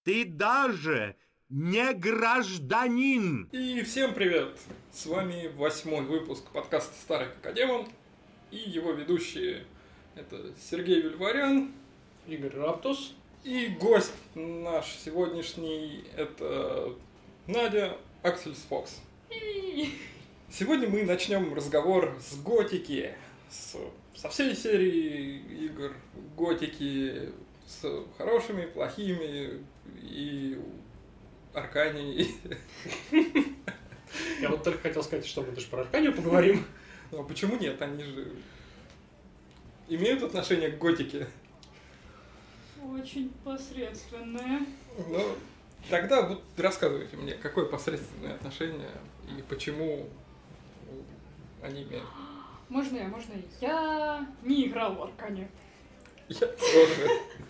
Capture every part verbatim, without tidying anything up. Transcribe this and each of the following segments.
Ты даже не гражданин. И всем привет! С вами восьмой выпуск подкаста «Старый Академон» и его ведущие это Сергей Вильварян, Игорь Раптус и гость наш сегодняшний это Надя Аксельс Фокс. Сегодня мы начнем разговор с готики, с, со всей серии игр готики, с хорошими, плохими и Арканией. Я вот только хотел сказать, что мы даже про Арканию поговорим. Ну а почему нет? Они же имеют отношение к готике. Очень посредственное. Ну, тогда вот рассказывайте мне, какое посредственное отношение и почему они имеют. Можно я, можно я? Я не играл в Арканию. Я тоже.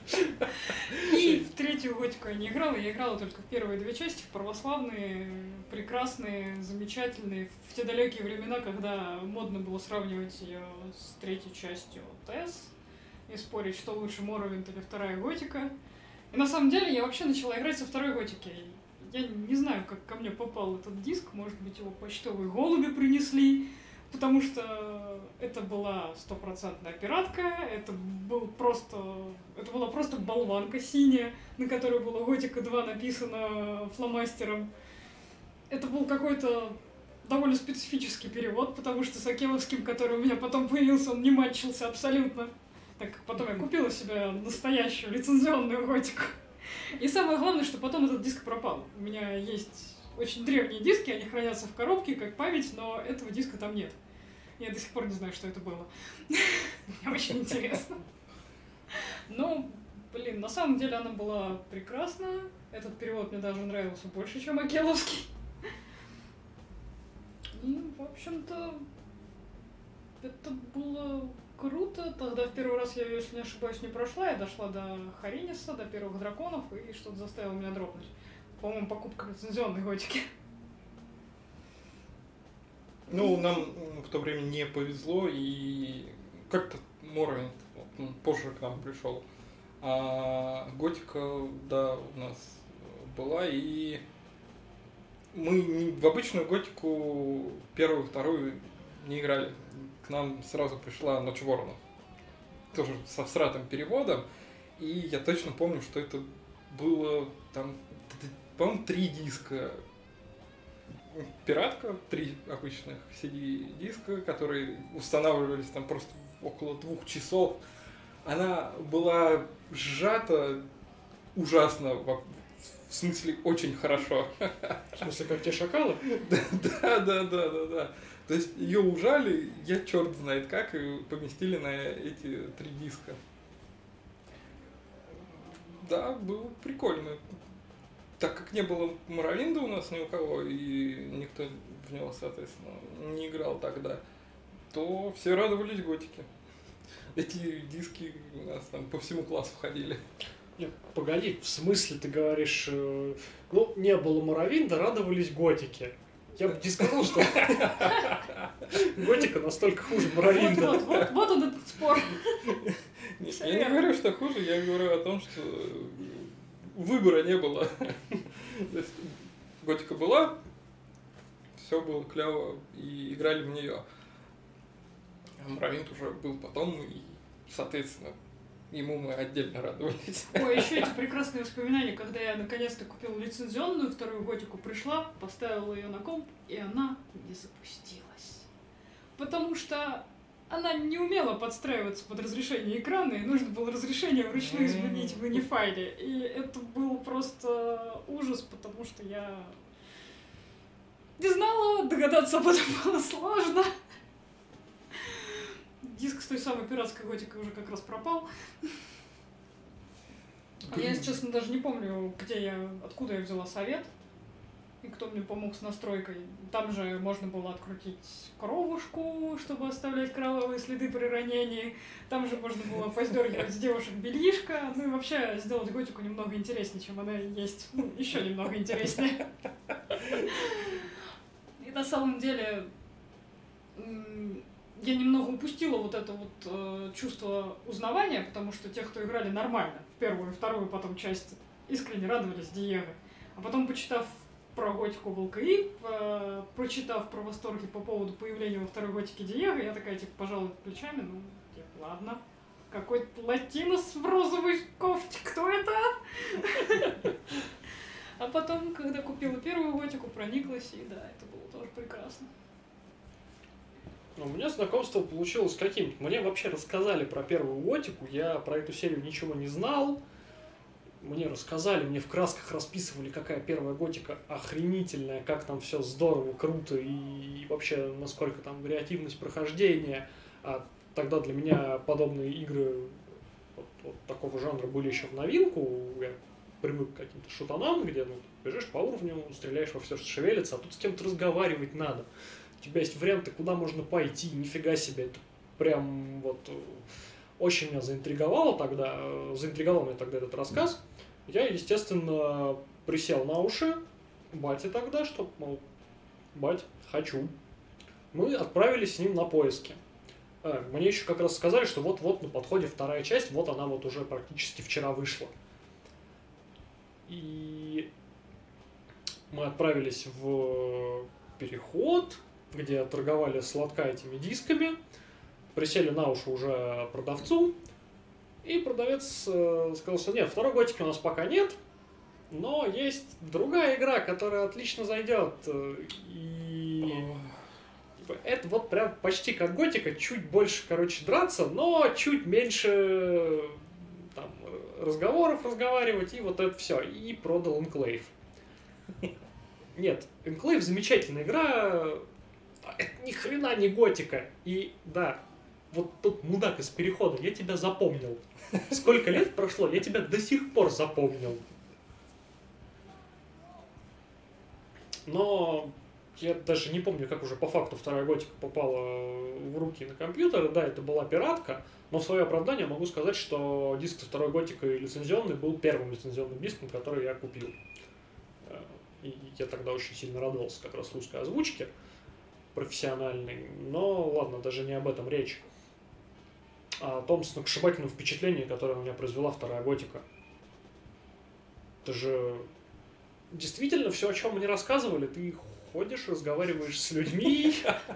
И в третью готику я не играла, я играла только в первые две части, в православные, прекрасные, замечательные, в те далекие времена, когда модно было сравнивать ее с третьей частью ТЭС и спорить, что лучше, Моровинд или вторая готика. И на самом деле я вообще начала играть со второй готики. Я не знаю, как ко мне попал этот диск, может быть, его почтовые голуби принесли, потому что это была стопроцентная пиратка, это был просто, это была просто болванка синяя, на которой было Готика два написано фломастером. Это был какой-то довольно специфический перевод, потому что с Акеловским, который у меня потом появился, он не матчился абсолютно. Так как потом я купила себе настоящую лицензионную Готику. И самое главное, что потом этот диск пропал. У меня есть очень древние диски, они хранятся в коробке как память, но этого диска там нет. Я до сих пор не знаю, что это было. Мне очень интересно. Ну, блин, на самом деле она была прекрасна. Этот перевод мне даже нравился больше, чем Акеловский. И, в общем-то, это было круто. Тогда в первый раз я ее, если не ошибаюсь, не прошла. Я дошла до Хариниса, до первых драконов, и что-то заставило меня дропнуть. По-моему, покупка лицензионной готики. Ну, нам в то время не повезло, и как-то Моровинд вот, позже к нам пришел. А готика, да, у нас была, и мы в обычную готику первую, вторую не играли. К нам сразу пришла Ночь Воронов, тоже со всратым переводом, и я точно помню, что это было там, по-моему, три диска. Пиратка, три обычных си ди-диска, которые устанавливались там просто около двух часов. Она была сжата ужасно, в смысле очень хорошо. В смысле, как те шакалы? Да, да, да, да, да. То есть ее ужали, я черт знает как, и поместили на эти три диска. Да, было прикольно. Так как не было Моровинда у нас ни у кого, и никто в него, соответственно, не играл тогда, то все радовались готике. Эти диски у нас там по всему классу ходили. Нет, погоди, в смысле ты говоришь, э, ну, не было Моровинда, радовались готике. Я бы не сказал, что готика настолько хуже Моровинда. Вот, вот, вот, вот он этот спор. Я не говорю, что хуже, я говорю о том, что выбора не было. То есть готика была, все было клево, и играли в нее. А Моровинд уже был потом, и, соответственно, ему мы отдельно радовались. Ой, еще эти прекрасные воспоминания, когда я наконец-то купила лицензионную вторую готику, пришла, поставила ее на комп, и она не запустилась. Потому что она не умела подстраиваться под разрешение экрана, и нужно было разрешение вручную изменить в инифайле. И это был просто ужас, потому что я не знала, догадаться об этом было сложно. Диск с той самой пиратской готикой уже как раз пропал. Я, если честно, даже не помню, где я, откуда я взяла совет и кто мне помог с настройкой. Там же можно было открутить кровушку, чтобы оставлять кровавые следы при ранении. Там же можно было поздергивать с девушек бельишко. Ну и вообще сделать готику немного интереснее, чем она есть. Ну, еще немного интереснее. И на самом деле я немного упустила вот это вот э, чувство узнавания, потому что те, кто играли нормально в первую и вторую потом часть, искренне радовались Диего. А потом, почитав про готику ВЛКИ, по- прочитав про восторги по поводу появления во второй готике Диего, я такая, типа, пожалуй, плечами, ну, типа, ладно. Какой-то латинос в розовой кофте, кто это? А потом, когда купила первую готику, прониклась, и да, это было тоже прекрасно. У меня знакомство получилось каким? Мне вообще рассказали про первую готику, я про эту серию ничего не знал. Мне рассказали, мне в красках расписывали, какая первая готика охренительная, как там все здорово, круто и вообще насколько там вариативность прохождения. А тогда для меня подобные игры вот, вот такого жанра были еще в новинку. Я привык к каким-то шутанам, где ну, бежишь по уровню, стреляешь во все, что шевелится, а тут с кем-то разговаривать надо. У тебя есть варианты, куда можно пойти, нифига себе, это прям вот очень меня заинтриговало тогда, заинтриговал меня тогда этот рассказ. Я, естественно, присел на уши бате тогда, что, мол, бать, хочу. Мы отправились с ним на поиски. Мне еще как раз сказали, что вот-вот на подходе вторая часть, вот она вот уже практически вчера вышла. И мы отправились в переход, где торговали сладка этими дисками, присели на уши уже продавцу, и продавец э, сказал, что нет, второй готики у нас пока нет, но есть другая игра, которая отлично зайдет. И типа, это вот прям почти как готика, чуть больше, короче, драться, но чуть меньше там, разговоров разговаривать, и вот это все. И продал Enclave. Нет, Enclave замечательная игра, это ни хрена не готика. И да, вот тут мудак из перехода, я тебя запомнил. Сколько лет прошло, я тебя до сих пор запомнил. Но я даже не помню, как уже по факту вторая готика попала в руки на компьютер. Да, это была пиратка, но в свое оправдание могу сказать, что диск со второй готикой лицензионный был первым лицензионным диском, который я купил. И я тогда очень сильно радовался как раз русской озвучке профессиональной. Но ладно, даже не об этом речь. А о том сногсшибательном впечатлении, которое у меня произвела вторая готика. Это же действительно все, о чем мне рассказывали, ты ходишь, разговариваешь с людьми,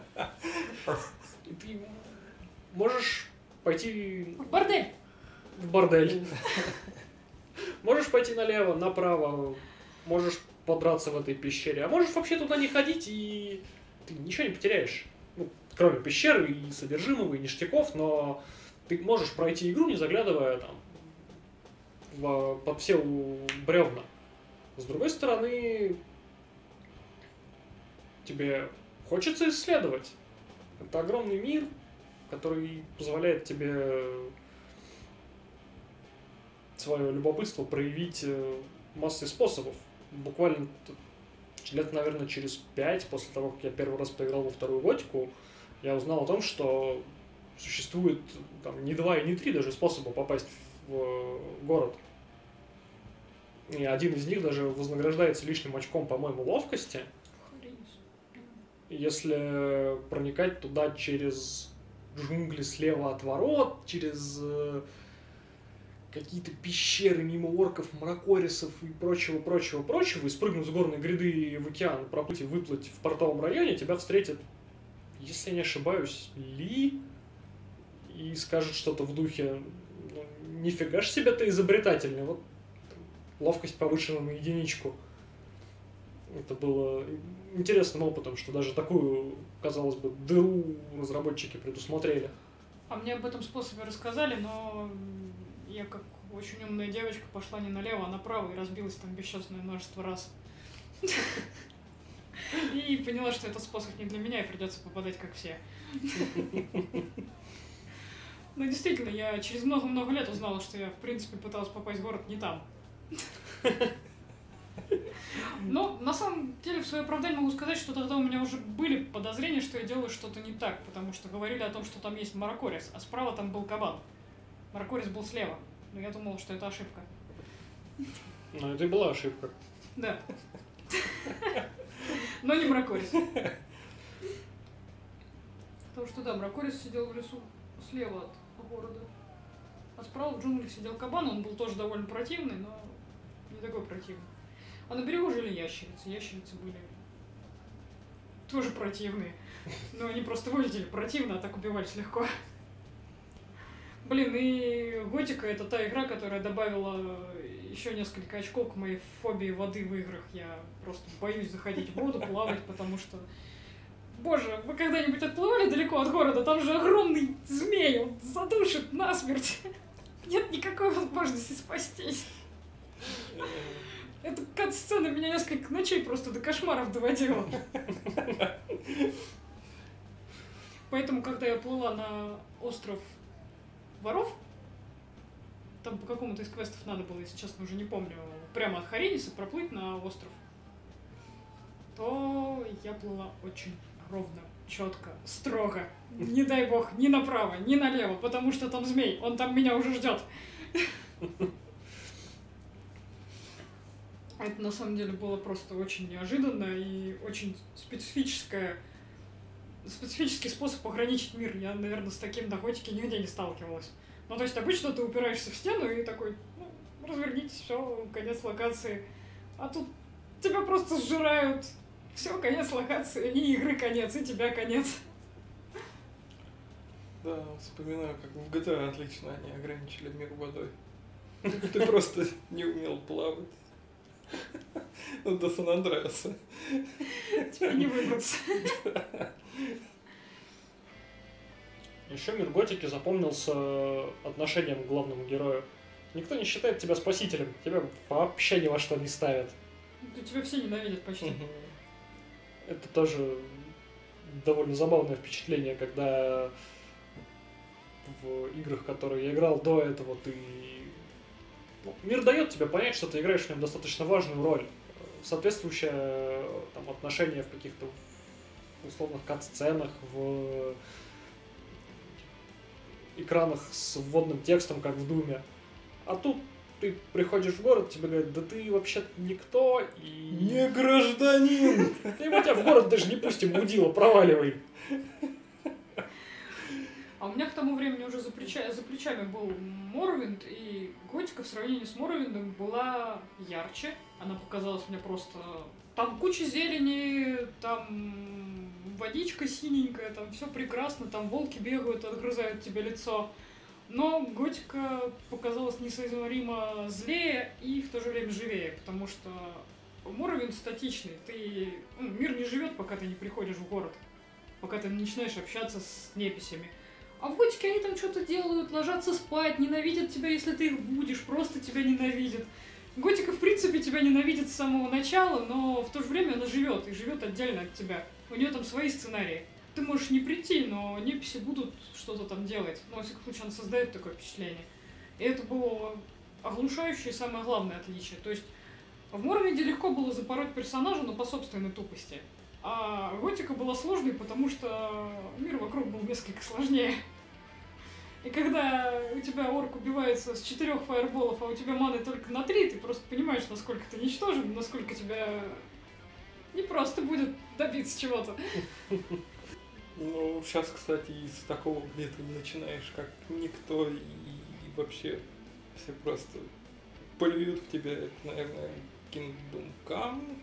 и ты можешь пойти... В бордель! В бордель. Можешь пойти налево, направо, можешь подраться в этой пещере, а можешь вообще туда не ходить, и ты ничего не потеряешь. Ну, кроме пещеры и содержимого, и ништяков, но ты можешь пройти игру, не заглядывая там в, под все бревна. С другой стороны, тебе хочется исследовать. Это огромный мир, который позволяет тебе свое любопытство проявить массой способов. Буквально лет, наверное, через пять, после того, как я первый раз поиграл во вторую готику, я узнал о том, что существует там, не два и не три даже способа попасть в город. И один из них даже вознаграждается лишним очком, по-моему, ловкости. Если проникать туда через джунгли слева от ворот, через какие-то пещеры мимо орков, мракорисов и прочего, прочего, прочего, и спрыгнуть с горной гряды в океан, проплыть и выплыть в портовом районе, тебя встретит, если я не ошибаюсь, Ли, и скажет что-то в духе, ну, нифига ж себе ты изобретательный, вот ловкость повышена на единичку. Это было интересным опытом, что даже такую, казалось бы, дыру разработчики предусмотрели. А мне об этом способе рассказали, но я, как очень умная девочка, пошла не налево, а направо и разбилась там бесчетное множество раз. И поняла, что этот способ не для меня, и придется попадать как все. Ну, действительно, я через много-много лет узнала, что я, в принципе, пыталась попасть в город не там. Но, на самом деле, в свое оправдание могу сказать, что тогда у меня уже были подозрения, что я делаю что-то не так, потому что говорили о том, что там есть Маракорис, а справа там был кабан. Маракорис был слева, но я думала, что это ошибка. Ну, это и была ошибка. Да. Но не Маракорис. Потому что, да, Маракорис сидел в лесу слева от города. А справа в джунглях сидел кабан, он был тоже довольно противный, но Не такой противный. А на берегу жили ящерицы. Ящерицы были тоже противные. Но они просто выглядели противно, а так убивались легко. Блин, и Готика — это та игра, которая добавила еще несколько очков к моей фобии воды в играх. Я просто боюсь заходить в воду, плавать, потому что... Боже, вы когда-нибудь отплывали далеко от города? Там же огромный змей, он задушит насмерть. Нет никакой возможности спастись. Эта кат-сцена меня несколько ночей просто до кошмаров доводила. Поэтому, когда я плыла на остров Воров, там по какому-то из квестов надо было, если честно, уже не помню, прямо от Хариниса проплыть на остров, то я плыла очень ровно, четко, строго. Не дай бог, ни направо, ни налево, потому что там змей, он там меня уже ждет. Это на самом деле было просто очень неожиданно и очень специфическое, специфический способ ограничить мир. Я, наверное, с таким на Готике нигде не сталкивалась. Ну, то есть обычно ты упираешься в стену и такой, ну, развернитесь, все, конец локации. А тут тебя просто сжирают. Все, конец локации, и игры конец, и тебя конец. Да, вспоминаю, как в джи ти эй отлично они ограничили мир водой. Ты просто не умел плавать. Ну, до Сан-Андреаса. Тебе не выбраться. Еще мир Готики запомнился отношением к главному герою. Никто не считает тебя спасителем, тебя вообще ни во что не ставят. Тебя все ненавидят почти. Это тоже довольно забавное впечатление, когда в играх, в которые я играл до этого, ты... Ну, мир дает тебе понять, что ты играешь в нем достаточно важную роль. Соответствующее там, отношение в каких-то условных кат-сценах, в экранах с вводным текстом, как в Думе. А тут ты приходишь в город, тебе говорят, да ты вообще никто и... Не гражданин! И мы тебя в город даже не пустим, мудила, проваливай. А у меня к тому времени уже за, плеча... за плечами был Morrowind, и Готика в сравнении с Morrowind'ом была ярче. Она показалась мне просто... Там куча зелени, там водичка синенькая, там все прекрасно, там волки бегают, отгрызают тебе лицо. Но Готика показалась несоизмеримо злее и в то же время живее, потому что Morrowind статичный. Ты... ну, мир не живет, пока ты не приходишь в город, пока ты не начинаешь общаться с неписями. А в Готике они там что-то делают, ложатся спать, ненавидят тебя, если ты их будешь, просто тебя ненавидят. Готика, в принципе, тебя ненавидит с самого начала, но в то же время она живет, и живет отдельно от тебя. У нее там свои сценарии. Ты можешь не прийти, но неписи будут что-то там делать. Но, во всяком случае, она создает такое впечатление. И это было оглушающее и самое главное отличие. То есть в Morrowind'е легко было запороть персонажа, но по собственной тупости. А Готика была сложной, потому что мир вокруг был несколько сложнее. И когда у тебя орк убивается с четырех фаерболов, а у тебя маны только на три, ты просто понимаешь, насколько ты ничтожен, насколько тебя не просто будет добиться чего-то. Ну, сейчас, кстати, из такого, где ты начинаешь как никто, и, и вообще все просто плюют в тебя, это, наверное, Kingdom Come.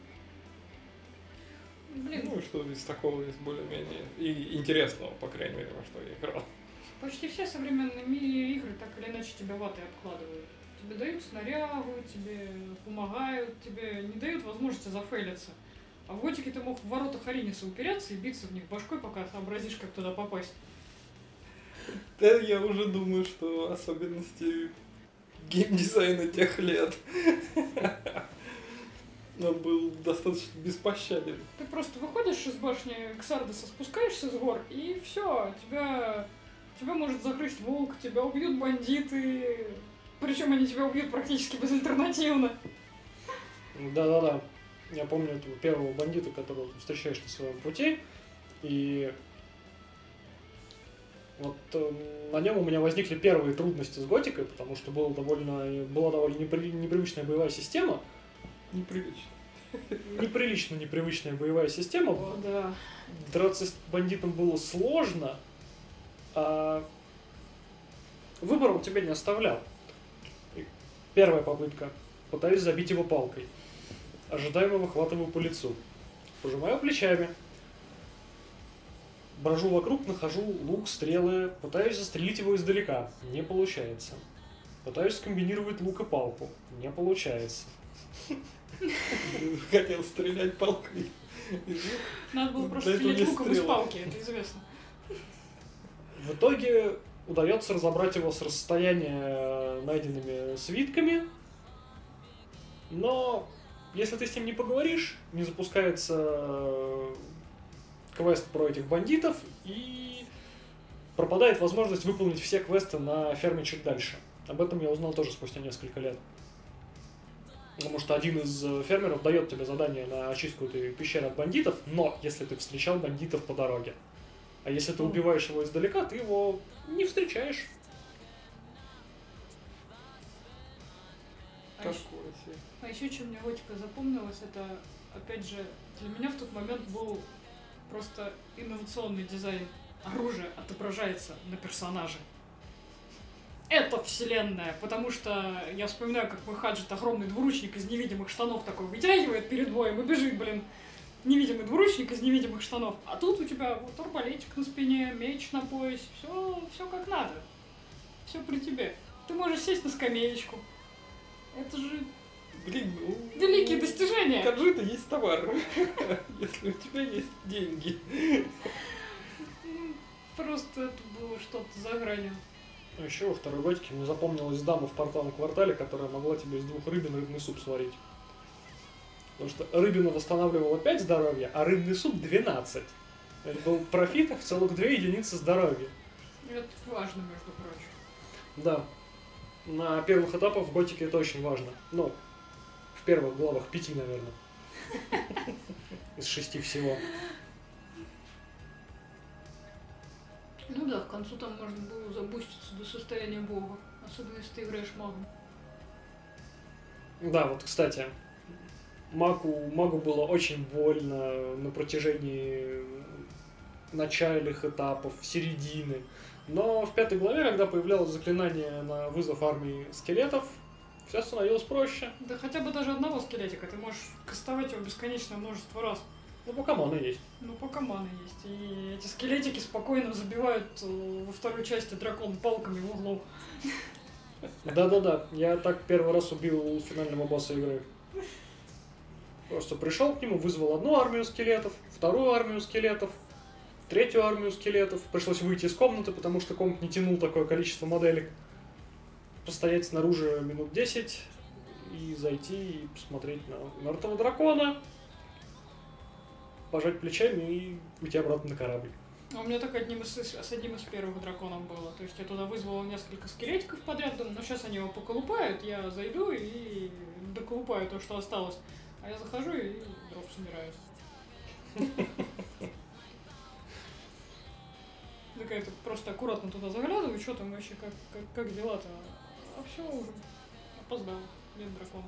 Блин. Ну, что из такого, из более-менее и интересного, по крайней мере, во что я играл. Почти все современные ми- игры так или иначе тебя ватой обкладывают. Тебе дают снарягу, тебе помогают, тебе не дают возможности зафейлиться. А в Готике ты мог в ворота Хариниса упереться и биться в них башкой, пока сообразишь, как туда попасть. Да, я уже думаю, что особенности геймдизайна тех лет. Он был достаточно беспощаден. Ты просто выходишь из башни Ксардоса, спускаешься с гор, и все, тебя, тебя может загрызть волк, тебя убьют бандиты. Причем они тебя убьют практически безальтернативно. Да-да-да. Я помню этого первого бандита, которого ты встречаешь на своем пути, и вот э, на нем у меня возникли первые трудности с Готикой, потому что было довольно, была довольно непри, непривычная боевая система. Неприлично. Неприлично непривычная боевая система. О, да. Драться с бандитом было сложно, а выбора у тебя не оставлял. И первая попытка пытаюсь забить его палкой. Ожидаемо выхватываю по лицу. Пожимаю плечами. Брожу вокруг, нахожу лук, стрелы, пытаюсь застрелить его издалека. Не получается. Пытаюсь скомбинировать лук и палку. Не получается. Хотел стрелять палкой. Надо было просто Для этого стрелять есть луком из стрелы. палки, это известно. В итоге удается разобрать его с расстояния найденными свитками, но если ты с ним не поговоришь, не запускается э, квест про этих бандитов и пропадает возможность выполнить все квесты на ферме чуть дальше. Об этом я узнал тоже спустя несколько лет. Потому что один из фермеров дает тебе задание на очистку этой пещеры от бандитов, но если ты встречал бандитов по дороге. А если ты убиваешь его издалека, ты его не встречаешь. А еще, Такое себе. а еще, чем мне готика запомнилось, это, опять же, для меня в тот момент был просто инновационный дизайн. Оружие отображается на персонаже. Это вселенная, потому что я вспоминаю, как Махаджит огромный двуручник из невидимых штанов такой вытягивает перед боем и бежит, блин, невидимый двуручник из невидимых штанов. А тут у тебя вот арбалетик на спине, меч на поясе, все, все как надо. Все при тебе. Ты можешь сесть на скамеечку. Это же Блин, у великие достижения. Каджита есть товар, если у тебя есть деньги. М, Просто это было что-то за гранью. А еще во второй готике мне запомнилась дама в портовом квартале, которая могла тебе из двух рыбин рыбный суп сварить. Потому что рыбина восстанавливала пять здоровья, а рыбный суп двенадцать. Это был профит в целых две единицы здоровья. Это важно, между прочим. Да. На первых этапах в готике это очень важно. Ну, в первых главах пяти, наверное. Из шести всего. Ну да, к концу там можно было забуститься до состояния бога. Особенно если ты играешь магом. Да, вот, кстати, магу, магу было очень больно на протяжении начальных этапов, середины. Но в пятой главе, когда появлялось заклинание на вызов армии скелетов, все становилось проще. Да хотя бы даже одного скелетика. Ты можешь кастовать его бесконечное множество раз. Ну, покемоны есть. Ну, пока маны есть. И эти скелетики спокойно забивают э, во второй части дракон палками в углу. Да-да-да, я так первый раз убил финального босса игры. Просто пришел к нему, вызвал одну армию скелетов, вторую армию скелетов, третью армию скелетов. Пришлось выйти из комнаты, потому что комп не тянул такое количество моделек. Постоять снаружи минут десять и зайти и посмотреть на мертвого дракона, пожать плечами и уйти обратно на корабль. А у меня так одним из, с одним из первых драконов было. То есть я туда вызвала несколько скелетиков подряд, думаю, ну сейчас они его поколупают, я зайду и доколупаю то, что осталось. А я захожу и дров собираю. Такая просто аккуратно туда заглядываю, что там вообще, как, как, как дела-то. А все уже опоздал, нет дракона.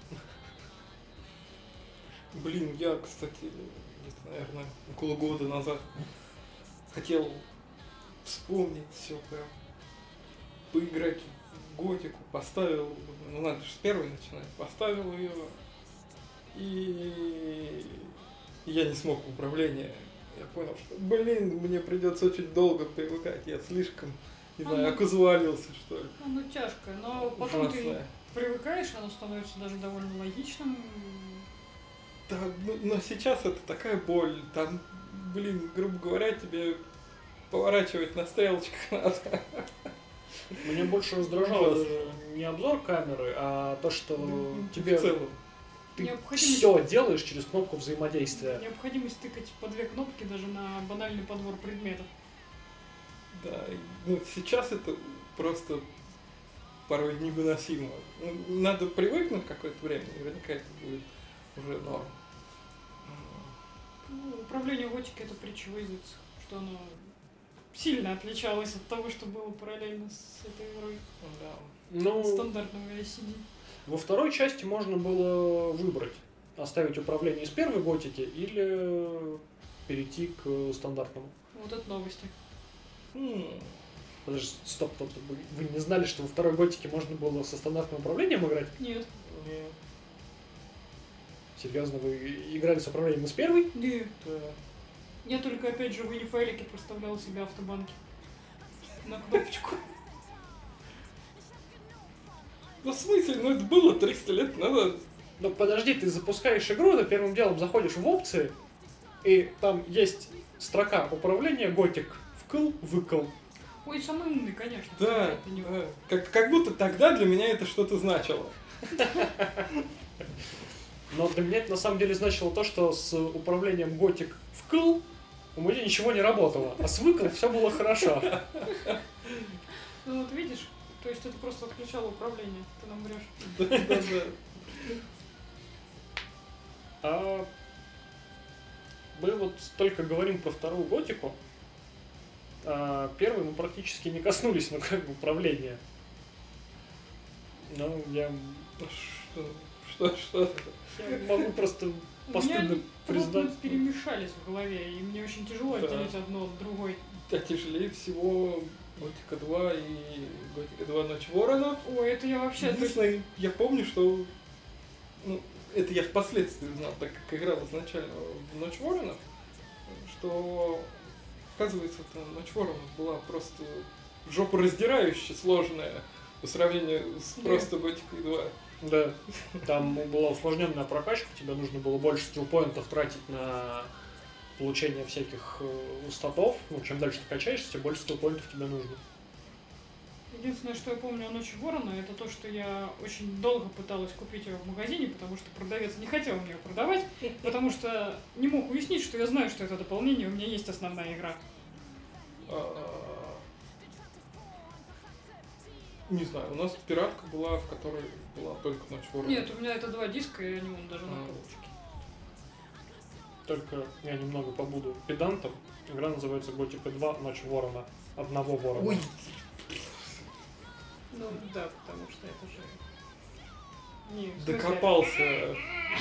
Блин, я, кстати, где-то, наверное, около года назад хотел вспомнить все прям, поиграть в готику, поставил, ну надо же с первой начинать, поставил ее, и я не смог в управление. Я понял, что, блин, мне придется очень долго привыкать, я слишком, не знаю, Ага. оказуалился, что ли. Оно тяжкое, но потом ты Ужасное. привыкаешь, оно становится даже довольно логичным. Да, ну, но сейчас это такая боль, там, блин, грубо говоря, тебе поворачивать на стрелочках надо. Меня больше раздражало Ужасно. даже не обзор камеры, а то, что Ну, тебе в целом. ты Необходимость- все делаешь через кнопку взаимодействия. Необходимость тыкать по две кнопки даже на банальный подбор предметов. Да, и, ну сейчас это просто порой невыносимо. Ну, надо привыкнуть какое-то время, наверняка это будет уже норм. Ну, управление готикой это притча во языцах, что оно сильно отличалось от того, что было параллельно с этой игрой Да. Ну, стандартного эл си ди. во второй части можно было выбрать, оставить управление из первой готики или перейти к стандартному. Вот это новости. М, Подожди, стоп, стоп, стоп. Вы- Вы не знали, что во второй готике можно было со стандартным управлением играть? Нет. Не. Серьезно, вы играли с управлением из первой? Нет. Да. Я только, опять же, в инифайлике проставлял себе автобанки. На кнопочку. Ну в смысле, ну это было триста лет назад. Ну подожди, ты запускаешь игру, ты первым делом заходишь в опции, и там есть строка управления готик. Вкл, выкл. Ой, самый умный, конечно. Да, Это не- да. Как, как будто тогда для меня это что-то значило. Но для меня это на самом деле значило то, что с управлением готик вкл у меня ничего не работало, а с выкл все было хорошо. Ну вот видишь, то есть это просто отключало управление, ты нам врешь. Да, да, да. А мы вот только говорим про вторую готику, а первую мы практически не коснулись, ну как бы управления. Ну, я, Что, что, что? я могу просто У постыдно меня просто признать. перемешались в голове, и мне очень тяжело Да. отделить одно от другой. А тяжелее всего Готика два и Готика два Ночь Воронов. Ой, это я вообще... то есть- Единственное, я помню, что... Ну, это я впоследствии узнал, так как играл изначально в Ночь Воронов, что, оказывается, там Ночь Воронов была просто жопораздирающе сложная по сравнению с Да. просто Готикой два. Да, там была усложненная прокачка, тебе нужно было больше скиллпоинтов тратить на получение всяких э, статов. Ну, чем дальше ты качаешься, тем больше скиллпоинтов тебе нужно. Единственное, что я помню о Ночи Ворона, это то, что я очень долго пыталась купить ее в магазине, потому что продавец не хотел мне ее продавать, потому что не мог уяснить, что я знаю, что это дополнение, у меня есть основная игра. А, Не знаю, у нас пиратка была, в которой была только Ночь Воронов. Нет, у меня это два диска, и они вон даже на А. полочке. Только я немного побуду педантом. Игра называется Готика два Ночь Ворона. Одного ворона. Ой, Ну да, потому что это же... Не, в смысле- докопался.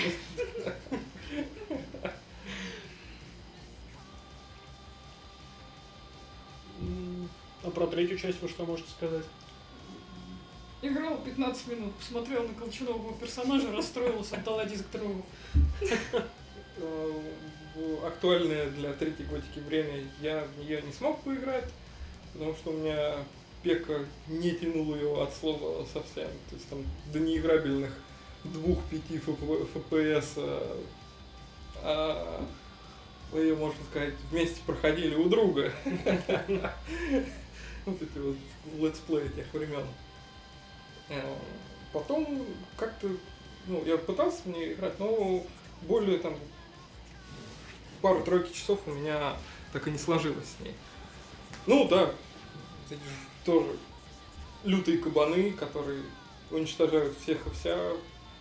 М, А про третью часть вы что можете сказать? Играл пятнадцать минут, посмотрел на колчанового персонажа, расстроился, отдала диск другу. Э, в актуальное для третьей Готики время я в нее не смог поиграть, потому что у меня пека не тянул ее от слова совсем. То есть там до неиграбельных двух-пяти эф пи эс, а мы ее, можно сказать, вместе проходили у друга. Вот эти вот летсплеи тех времен. Э, Потом как-то, ну, я пытался в нее играть, но более там пару-тройки часов у меня так и не сложилось с ней. Ну да, эти же тоже лютые кабаны, которые уничтожают всех и вся.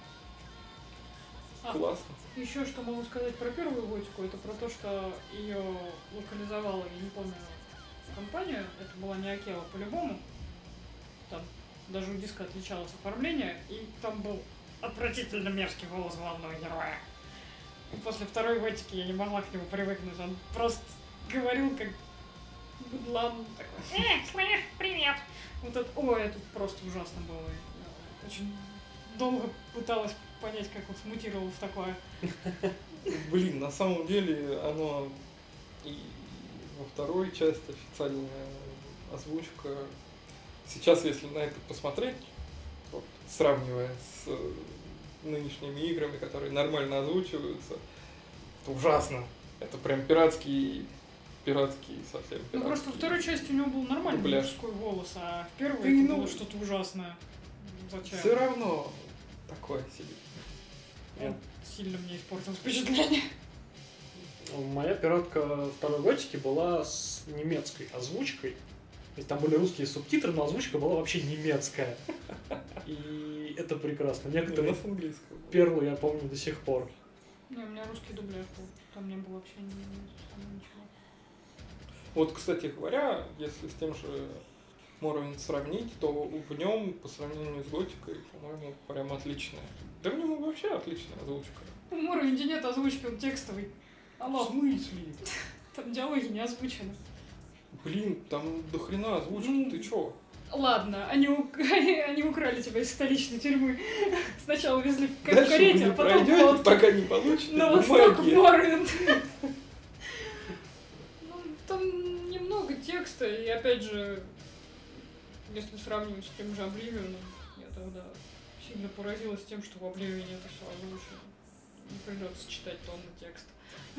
А, Классно. еще что могу сказать про первую готику, это про то, что ее локализовала, я не помню, компания, это была не Акела по-любому, там даже у диска отличалось оформление, и там был отвратительно мерзкий голос главного героя. И после второй готики я не могла к нему привыкнуть, он просто говорил как быдлан такой. Э, слышь, привет! Вот это, ой, это просто ужасно было. Я очень долго пыталась понять, как он смутировал в такое. Блин, на самом деле оно и во второй части официальная озвучка. Сейчас, если на это посмотреть, вот, сравнивая с э, нынешними играми, которые нормально озвучиваются, это ужасно. Это прям пиратский, пиратский совсем пиратский. Ну просто во второй части у него был нормальный Дубляж. мужской голос, а в первой Ты, это ну, было что-то ужасное. Зачем? Все равно такое себе. Он сильно мне испортил впечатление. Моя пиратка второй готики была с немецкой озвучкой. То есть там были русские субтитры, но озвучка была вообще немецкая. И это прекрасно. У Некоторые нас английского. перлы я помню до сих пор. Не, у меня русский дубляж был. Там не было вообще ни- ни- ничего. Вот, кстати говоря, если с тем же Morrowind сравнить, то в нем, по сравнению с Готикой, по-моему, прям отличная. Да в нем вообще отличная озвучка. В Morrowind нет озвучки, он текстовый. В Алло, смысле? там диалоги не озвучены. Блин, там до хрена озвучки, Ну, ты чё? Ладно, они, у- они украли тебя из столичной тюрьмы. Сначала везли в Дальше вы карете, не а потом в пройдете, лодке. пока не получите На восток в бумаги. Морвинд. Ну, там немного текста, и опять же, если сравнивать с тем же Обливионом, я тогда сильно поразилась тем, что в Обливионе это все озвучено. Не придется читать тонны текста.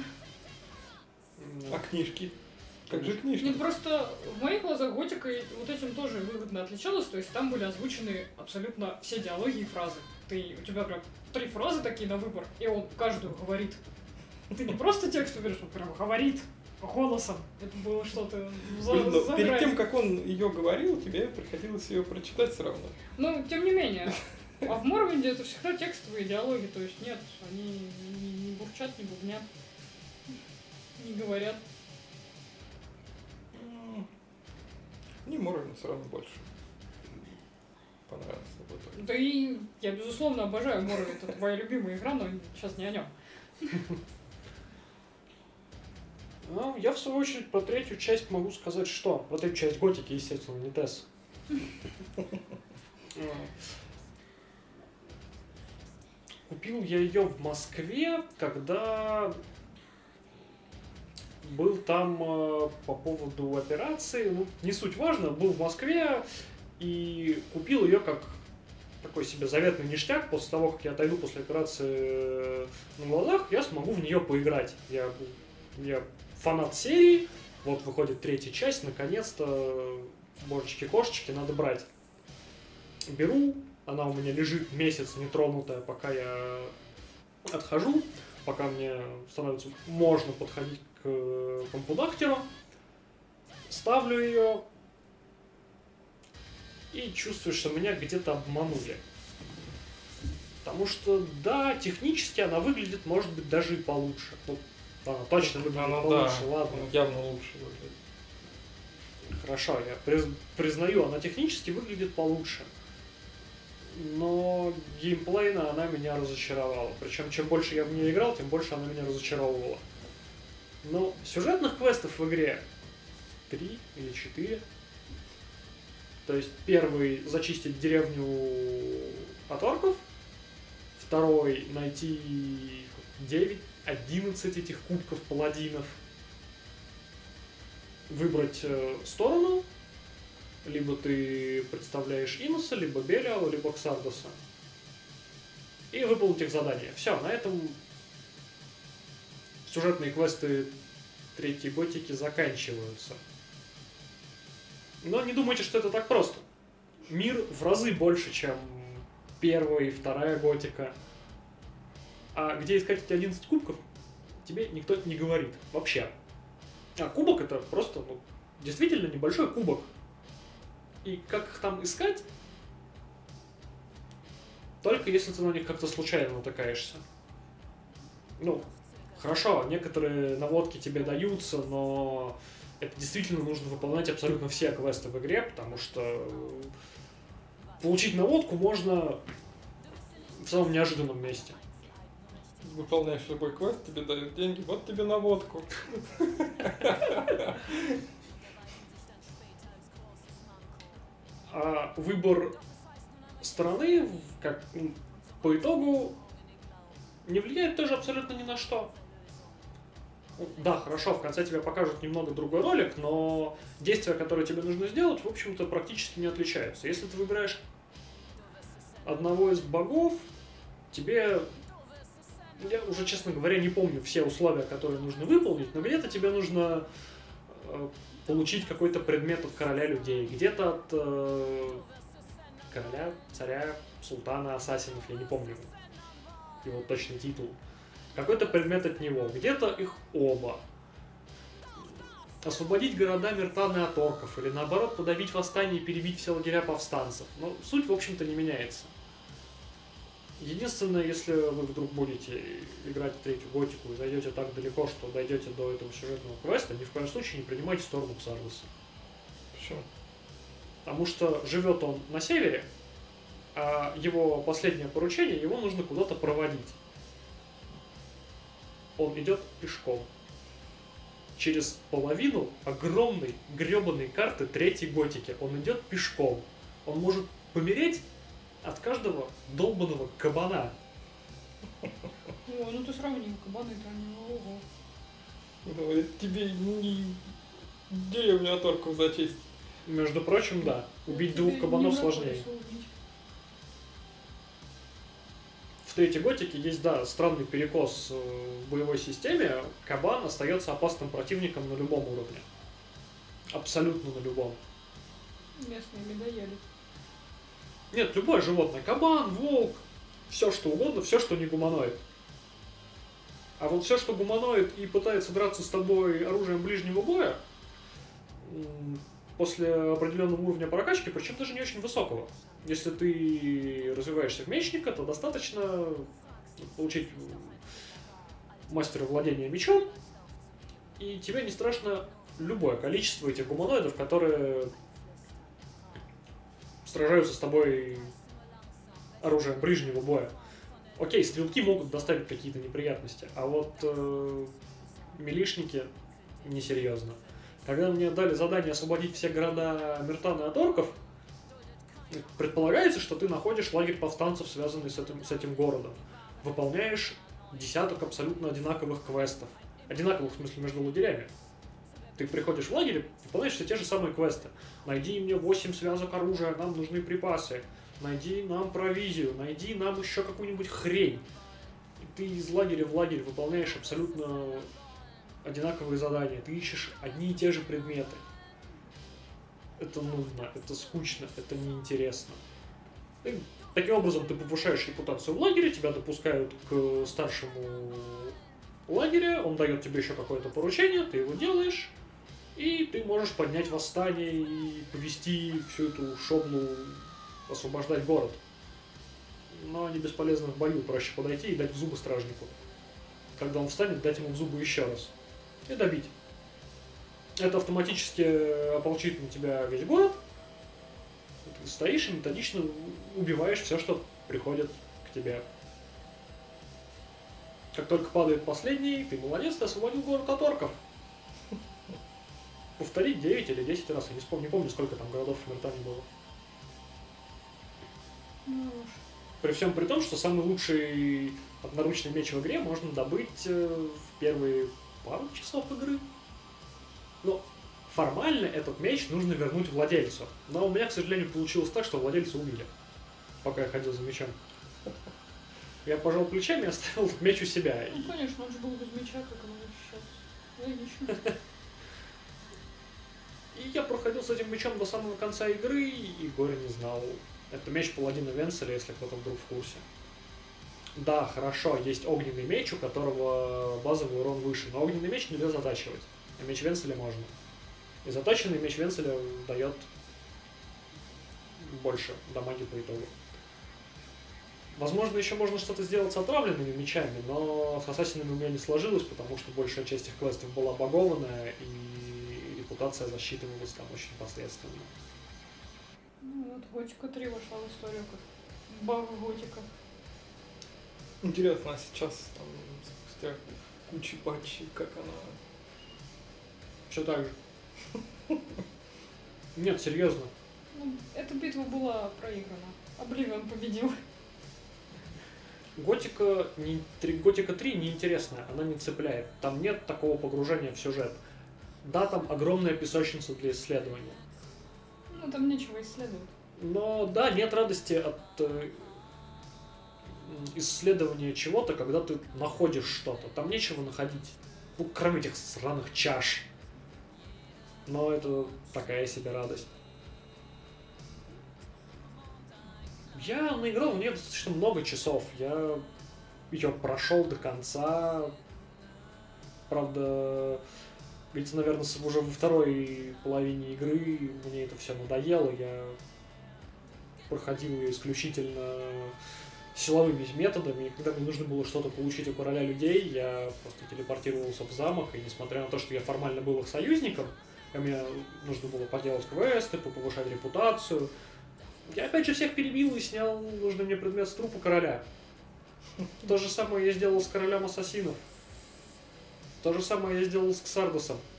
А книжки? Как же Нет, книжки? просто в моих глазах Готика вот этим тоже выгодно отличалась, то есть там были озвучены абсолютно все диалоги и фразы. Ты, у тебя прям три фразы такие на выбор, и он каждую говорит. Ты не просто текст выберешь, он прям говорит голосом. Это было что-то за, Блин, но за перед гранью. тем, как он ее говорил, тебе приходилось ее прочитать все равно. Ну, тем не менее. А в Морвинде это всегда текстовые диалоги, то есть нет, они не, не бурчат, не бубнят, не говорят. М, Мне Морвин все равно больше понравился в итоге. Да и я, безусловно, обожаю Морвинд, это моя любимая игра, но сейчас не о нем. Ну, я, в свою очередь, про третью часть могу сказать, что... Про третью часть Готики, естественно, не Тесс. Купил я ее в Москве, когда был там э, по поводу операции, ну, не суть важно, был в Москве и купил ее как такой себе заветный ништяк. После того, как я отойду после операции э, на глазах, я смогу в нее поиграть. Я, я фанат серии, вот выходит третья часть, наконец-то божечки-кошечки надо брать. Беру, она у меня лежит месяц нетронутая, пока я отхожу, пока мне становится можно подходить к компудахтеру. Ставлю ее и чувствую, что меня где-то обманули. Потому что, да, технически она выглядит, может быть, даже и получше. Ну, она точно выглядит Она, получше, да, ладно. она явно лучше выглядит. Хорошо, я приз- признаю, она технически выглядит получше. Но геймплейно она меня разочаровала. Причем, чем больше я в нее играл, тем больше она меня разочаровывала. Но сюжетных квестов в игре три или четыре. То есть первый — зачистить деревню от орков. Второй — найти девять-одиннадцать этих кубков паладинов. Выбрать э, сторону. Либо ты представляешь Инуса, либо Белиала, либо Ксардоса. И выполнить их задание. Все, на этом сюжетные квесты третьей Готики заканчиваются. Но не думайте, что это так просто. Мир в разы больше, чем первая и вторая Готика. А где искать эти одиннадцать кубков, тебе никто не говорит. Вообще. А кубок — это просто, ну, действительно небольшой кубок. И как их там искать? Только если ты на них как-то случайно натыкаешься. Ну, хорошо, некоторые наводки тебе даются, но это действительно нужно выполнять абсолютно все квесты в игре, потому что получить наводку можно в самом неожиданном месте. Выполняешь любой квест, тебе дают деньги, вот тебе наводку. А выбор стороны, как м, по итогу, не влияет тоже абсолютно ни на что. Ну, да, хорошо, в конце тебе покажут немного другой ролик, но действия, которые тебе нужно сделать, в общем-то, практически не отличаются. Если ты выбираешь одного из богов, тебе... Я уже, честно говоря, не помню все условия, которые нужно выполнить, но где-то тебе нужно э, получить какой-то предмет от короля людей, где-то от э, короля, царя, султана, ассасинов, я не помню его точный титул. Какой-то предмет от него, где-то их оба. Освободить города Миртаны от орков, или наоборот подавить восстание и перебить все лагеря повстанцев. Но суть, в общем-то, не меняется. Единственное, если вы вдруг будете играть в третью Готику и зайдете так далеко, что дойдете до этого сюжетного квеста, ни в коем случае не принимайте сторону Ксардоса. Почему? Потому что живет он на севере, а его последнее поручение, его нужно куда-то проводить. Он идет пешком. через половину огромной гребаной карты третьей готики. Он идет пешком. Он может помереть от каждого долбаного кабана. О, ну ты сравнил, кабаны-то они, ого. Ну, это тебе не деревню от орков зачесть. Между прочим, да. Убить Тебе двух кабанов не сложнее. находится убить. В третьей готике есть, да, странный перекос э, в боевой системе. Кабан остается опасным противником на любом уровне. Абсолютно на любом. Местные медоеды. Нет, любое животное. Кабан, волк, все что угодно, все, что не гуманоид. А вот все, что гуманоид и пытается драться с тобой оружием ближнего боя, м, после определенного уровня прокачки, причем даже не очень высокого. Если ты развиваешься в мечника, то достаточно получить мастера владения мечом, и тебе не страшно любое количество этих гуманоидов, которые сражаются с тобой оружием ближнего боя. Окей, стрелки могут доставить какие-то неприятности, а вот э, милишники несерьезно. Когда мне дали задание освободить все города Миртана от орков, предполагается, что ты находишь лагерь повстанцев, связанный с этим, с этим городом. Выполняешь десяток абсолютно одинаковых квестов. Одинаковых, в смысле, между лагерями. Ты приходишь в лагерь, выполняешь все те же самые квесты. Найди мне восемь связок оружия, нам нужны припасы. Найди нам провизию, найди нам еще какую-нибудь хрень. И ты из лагеря в лагерь выполняешь абсолютно одинаковые задания. Ты ищешь одни и те же предметы. Это нудно, это скучно, это неинтересно. И таким образом ты повышаешь репутацию в лагере, тебя допускают к старшему лагеря, он дает тебе еще какое-то поручение, ты его делаешь, и ты можешь поднять восстание и повести всю эту шоблу освобождать город. Но они бесполезны в бою, проще подойти и дать в зубы стражнику. Когда он встанет, дать ему в зубы еще раз. И добить. Это автоматически ополчит на тебя весь город. Ты стоишь и методично убиваешь все, что приходит к тебе. Как только падает последний, ты молодец, ты освободил город от орков. Повторить девять или десять раз, я не помню, не помню, сколько там городов в Миртане было. Ну уж. При всем при том, что самый лучший одноручный меч в игре можно добыть в первые пару часов игры. Но формально этот меч нужно вернуть владельцу. Но у меня, к сожалению, получилось так, что владельца убили, пока я ходил за мечом. Я пожал плечами и оставил этот меч у себя. Ну, конечно, он же был без меча, как он защищался. Логично. И я проходил с этим мечом до самого конца игры, и горя не знал. Это меч паладина Венцеля, если кто-то вдруг в курсе. Да, хорошо, есть огненный меч, у которого базовый урон выше, но огненный меч нельзя затачивать, а меч Венцеля можно. И затаченный меч Венцеля дает больше дамаги по итогу. Возможно, еще можно что-то сделать с отравленными мечами, но с ассасинами у меня не сложилось, потому что большая часть их квестов была багованная, и репутация засчитывалась там очень посредственно. Ну вот, Готика три вошла в историю как баг Готика. Интересно, а сейчас, там, спустя кучу патчей, как она... Все так же. Нет, серьезно. Ну, эта битва была проиграна. Обливион победил. Готика, не, три, Готика три неинтересная, она не цепляет. Там нет такого погружения в сюжет. Да, там огромная песочница для исследования. Ну, там нечего исследовать. Но да, нет радости от э, исследования чего-то, когда ты находишь что-то. Там нечего находить. Ну, кроме этих сраных чаш. Но это такая себе радость. Я наиграл в нее достаточно много часов. Я ее прошел до конца. Правда, где-то, наверное, уже во второй половине игры мне это все надоело. Я проходил ее исключительно силовыми методами. И когда мне нужно было что-то получить у короля людей, я просто телепортировался в замок. И несмотря на то, что я формально был их союзником, а мне нужно было поделать квесты, повышать репутацию, я опять же всех перебил и снял нужный мне предмет с трупа короля. То же самое я сделал с королем ассасинов. То же самое я сделал с Ксардосом.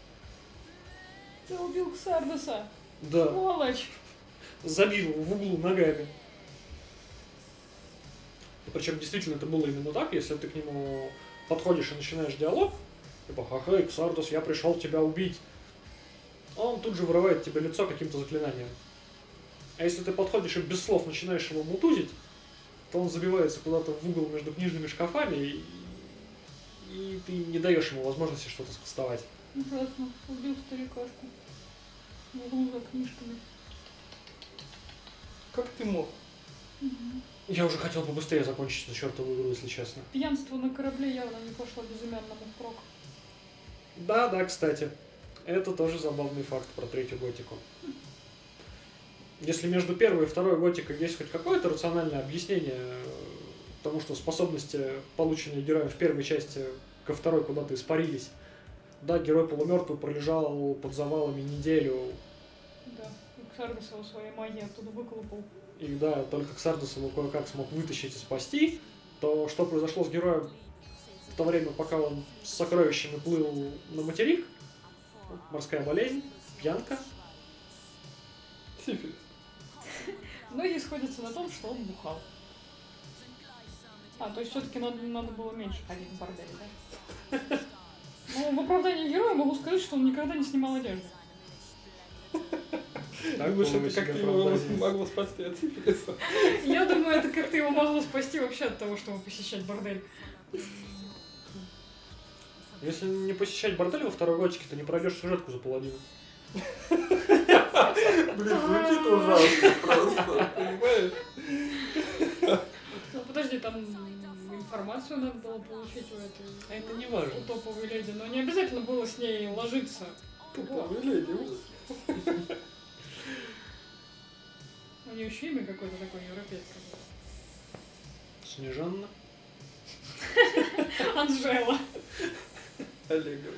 Ты убил Ксардоса. Да, Сволочь. забил в углу ногами. Причем действительно это было именно так, если ты к нему подходишь и начинаешь диалог, типа, ха-ха, Ксардос, я пришел тебя убить. Он тут же вырывает тебе лицо каким-то заклинанием. А если ты подходишь и без слов начинаешь его мутузить, то он забивается куда-то в угол между книжными шкафами, и, и ты не даешь ему возможности что-то скастовать. Ужасно. Убил старикашку. В углу за книжками. Как ты мог? Мгм. Я уже хотел побыстрее закончить эту чертову игру, если честно. Пьянство на корабле явно не пошло безымянному впрок. Да, да, кстати. Это тоже забавный факт про третью готику. Если между первой и второй готикой есть хоть какое-то рациональное объяснение тому, что способности, полученные героем в первой части, ко второй куда-то испарились. Да, герой полумертвый пролежал под завалами неделю, Да. И Ксардос его своей магией оттуда выколупал. и да, только Ксардос его кое-как смог вытащить и спасти, то что произошло с героем в то время, пока он с сокровищами плыл на материк? Морская болезнь, пьянка. Сифилис. Многие сходятся на том, что он бухал. А, то есть все-таки надо, надо было меньше ходить в бордель, да? Ну, в оправдании героя могу сказать, что он никогда не снимал одежду. Так, Думаешь, было это себе как-то его оправдание. могло спасти от сифилиса? Я думаю, это как-то его могло спасти вообще от того, чтобы посещать бордель. Если не посещать бордель во второй готике, то не пройдешь сюжетку за половину. Блин, звучит ужасно просто, понимаешь? Ну, подожди, там информацию надо было получить у этой... А это не важно. У топовой леди, но не обязательно было с ней ложиться. Туповый леди, ужас. У нее еще имя какое-то такое европейское. Снежанна. Анжела. Олега.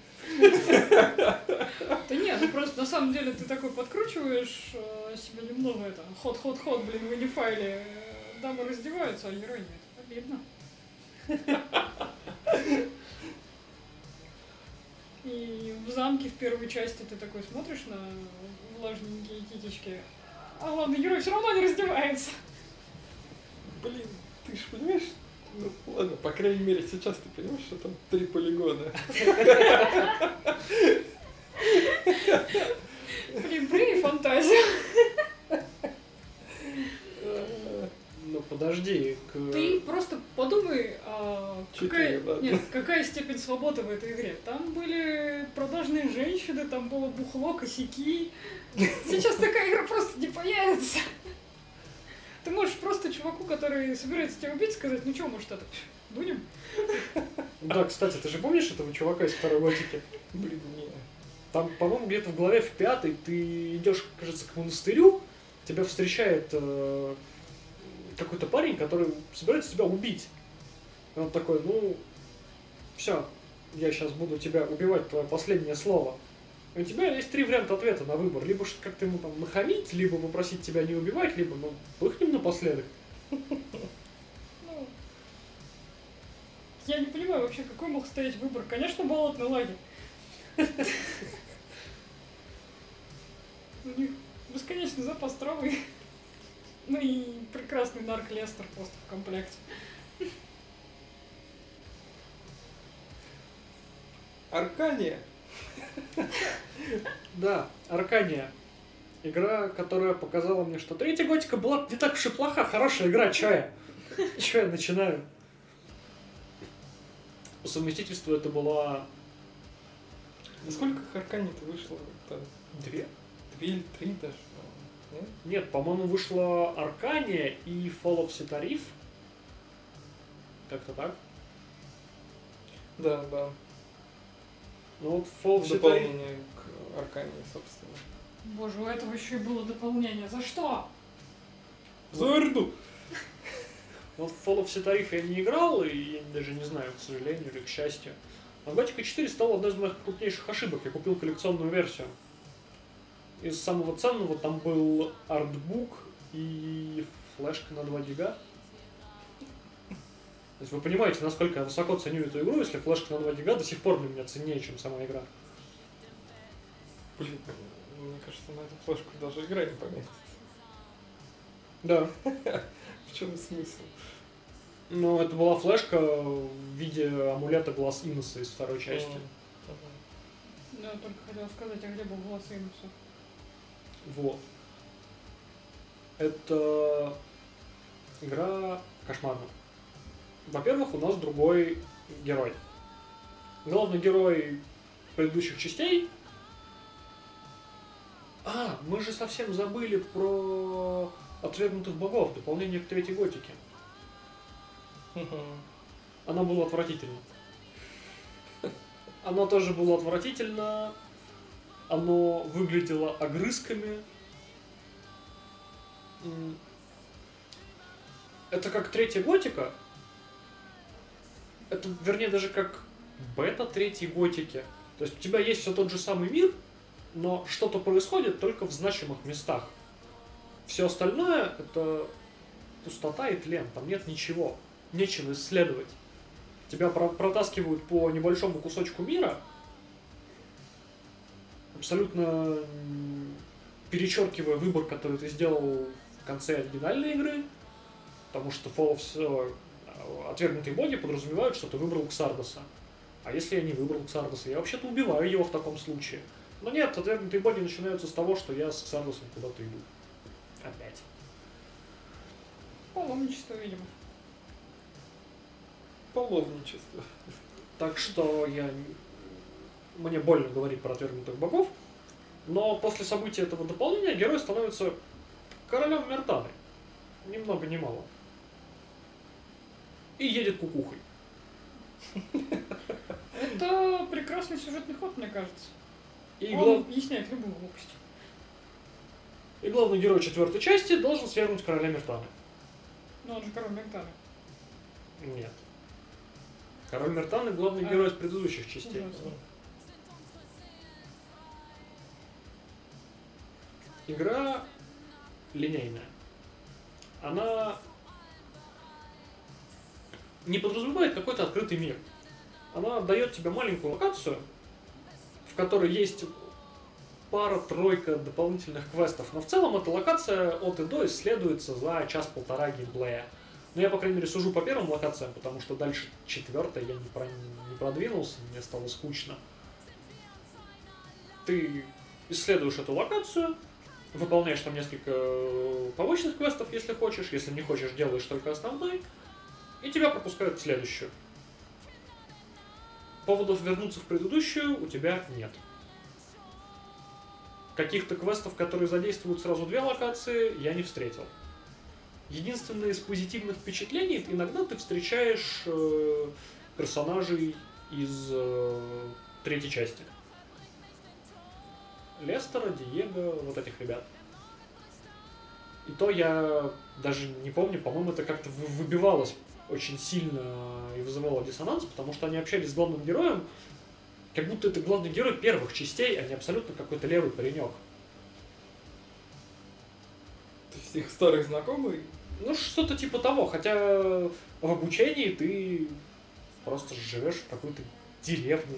Да нет, ну просто на самом деле ты такой подкручиваешь э, себе немного это. Ход-ход-ход, блин, вы не файле. э, Дамы раздеваются, а герой нет. Обидно. И в замке в первой части ты такой смотришь на влажненькие титечки, а главный герой все равно не раздевается. Блин, ты ж понимаешь? Ну ладно, по крайней мере сейчас ты понимаешь, что там три полигона. Блин, при фантазия. Ну подожди, к... Ты просто подумай, а, какая, Четыре, ладно. нет, какая степень свободы в этой игре. Там были продажные женщины, там было бухло, косяки. Сейчас такая игра просто не появится. Ты можешь просто чуваку, который собирается тебя убить, сказать, ну что, может, это, дунем? Да, кстати, ты же помнишь этого чувака из второй готики? Блин, не. Там, по-моему, где-то в главе в пятой ты идешь, кажется, к монастырю, тебя встречает э, какой-то парень, который собирается тебя убить. И он такой, ну, все, я сейчас буду тебя убивать, твое последнее слово. И у тебя есть три варианта ответа на выбор. Либо что как-то ему там нахамить, либо попросить тебя не убивать, либо, ну, пыхнем напоследок. Ну, я не понимаю вообще, какой мог стоять выбор. Конечно, болотный лагерь. У них бесконечный запас травы. Ну и прекрасный нарк Лестер просто в комплекте. Аркания. Да, Аркания. Игра, которая показала мне, что третья готика была не так уж и плоха. Хорошая игра, чё я? Чё я начинаю? По совместительству это была... Сколько Аркании-то вышло? Там Две? две или три даже? Нет? Нет, по-моему, вышла Аркания и Fall of Citarif. Как-то так. Да, да. Ну вот Fall of Citarif... Дополнение к Аркании, собственно. Боже, у этого еще и было дополнение. За что? За Орду! Вот в Fall of Citarif я не играл, и я даже не знаю, к сожалению или к счастью. А Готика четыре стала одной из моих крупнейших ошибок. Я купил коллекционную версию. Из самого ценного там был артбук и флешка на два гига. То есть вы понимаете, насколько я высоко ценю эту игру, если флешка на два гига до сих пор для меня ценнее, чем сама игра. Блин, мне кажется, на эту флешку даже игра не поместится. Да. В чем смысл? Ну, это была флешка в виде амулета глаз Иннеса из второй части. Да, только хотела сказать, а где был глаз Инуса? Вот. Это игра кошмарная. Во-первых, у нас другой герой. Главный герой предыдущих частей... А, мы же совсем забыли про отвергнутых богов, дополнение к третьей готике. Оно было отвратительно. Оно тоже было отвратительно. Оно выглядело огрызками. Это как третья готика. Это, вернее, даже как бета третьей готики. То есть у тебя есть все тот же самый мир, но что-то происходит только в значимых местах. Все остальное это пустота и тлен. Там нет ничего. Нечего исследовать. Тебя протаскивают по небольшому кусочку мира, абсолютно перечеркивая выбор, который ты сделал в конце оригинальной игры, потому что Fall of... отвергнутые боги подразумевают, что ты выбрал Ксардоса. А если я не выбрал Ксардоса, я вообще-то убиваю его в таком случае. Но нет, отвергнутые боги начинаются с того, что я с Ксардосом куда-то иду. Опять. Паломничество, видимо. Половничество. Так что я... мне больно говорить про отвергнутых богов, но после событий этого дополнения герой становится королем Миртаны. Ни много ни мало. И едет кукухой. Это прекрасный сюжетный ход, мне кажется. И, Он глав... объясняет любую глупость. и главный герой четвертой части должен свергнуть короля Миртаны. Но он же король Миртаны. Нет. Король Миртаны — главный А. герой из предыдущих частей. Ужасно. Игра линейная. Она не подразумевает какой-то открытый мир. Она дает тебе маленькую локацию, в которой есть пара-тройка дополнительных квестов. Но в целом эта локация от и до исследуется за час-полтора геймплея. Но я, по крайней мере, сужу по первым локациям, потому что дальше четвертой я не, про... не продвинулся, мне стало скучно. Ты исследуешь эту локацию, выполняешь там несколько побочных квестов, если хочешь. Если не хочешь, делаешь только основной. И тебя пропускают в следующую. Поводов вернуться в предыдущую у тебя нет. Каких-то квестов, которые задействуют сразу две локации, я не встретил. Единственное из позитивных впечатлений, иногда ты встречаешь э, персонажей из э, третьей части. Лестера, Диего, вот этих ребят. И то я даже не помню, по-моему, это как-то выбивалось очень сильно и вызывало диссонанс, потому что они общались с главным героем, как будто это главный герой первых частей, а не абсолютно какой-то левый паренек. То есть их старый знакомый? Ну, что-то типа того, хотя в обучении ты просто живешь в какой-то деревне.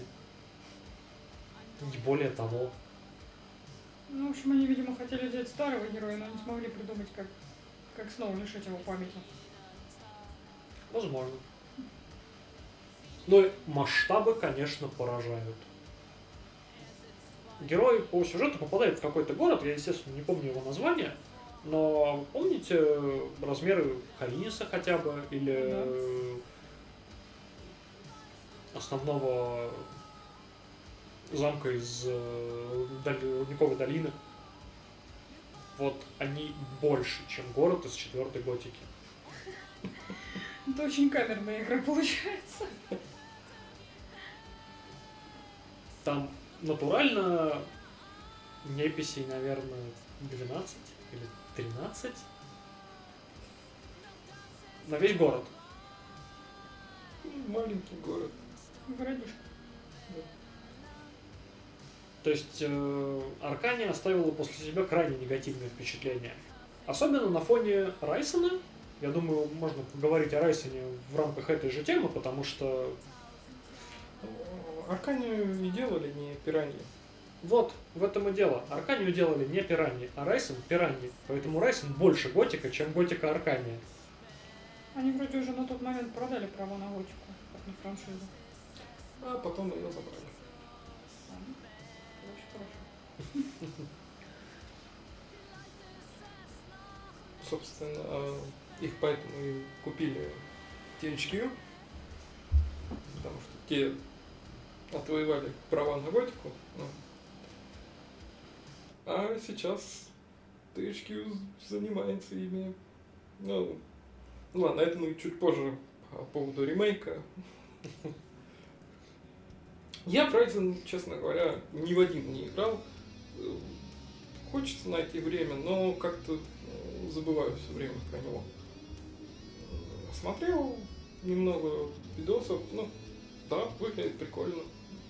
Не более того. Ну, в общем, они, видимо, хотели взять старого героя, но не смогли придумать, как, как снова лишить его памяти. Возможно. Но масштабы, конечно, поражают. Герой по сюжету попадает в какой-то город, я, естественно, не помню его название, но помните размеры Хариса хотя бы, или да. Основного замка из Рудниковой долины? Вот они больше, чем город из четвертой готики. Это очень камерная игра получается. Там натурально неписей, наверное, двенадцать или тринадцать на весь город. Маленький город. Городишко. То есть э, Аркания оставила после себя крайне негативное впечатление. Особенно на фоне Райсена. Я думаю, можно поговорить о Райсене в рамках этой же темы, потому что... Арканию не делали, не пираньи. Вот, в этом и дело. Арканию делали не пираньи, а Райсен пираньи. Поэтому Райсен больше готика, чем готика Аркания. Они вроде уже на тот момент продали права на готику, как на франшизу. А потом ее забрали. А, ну, очень хорошо. Собственно, их поэтому и купили ти эйч кью, потому что те отвоевали права на готику. Ну. А сейчас ти эйч кью занимается ими. Ну, ладно, это мы чуть позже по поводу ремейка. Я в Ryzen, честно говоря, ни в один не играл. Хочется найти время, но как-то забываю все время про него. Смотрел немного видосов, ну, да, выглядит прикольно.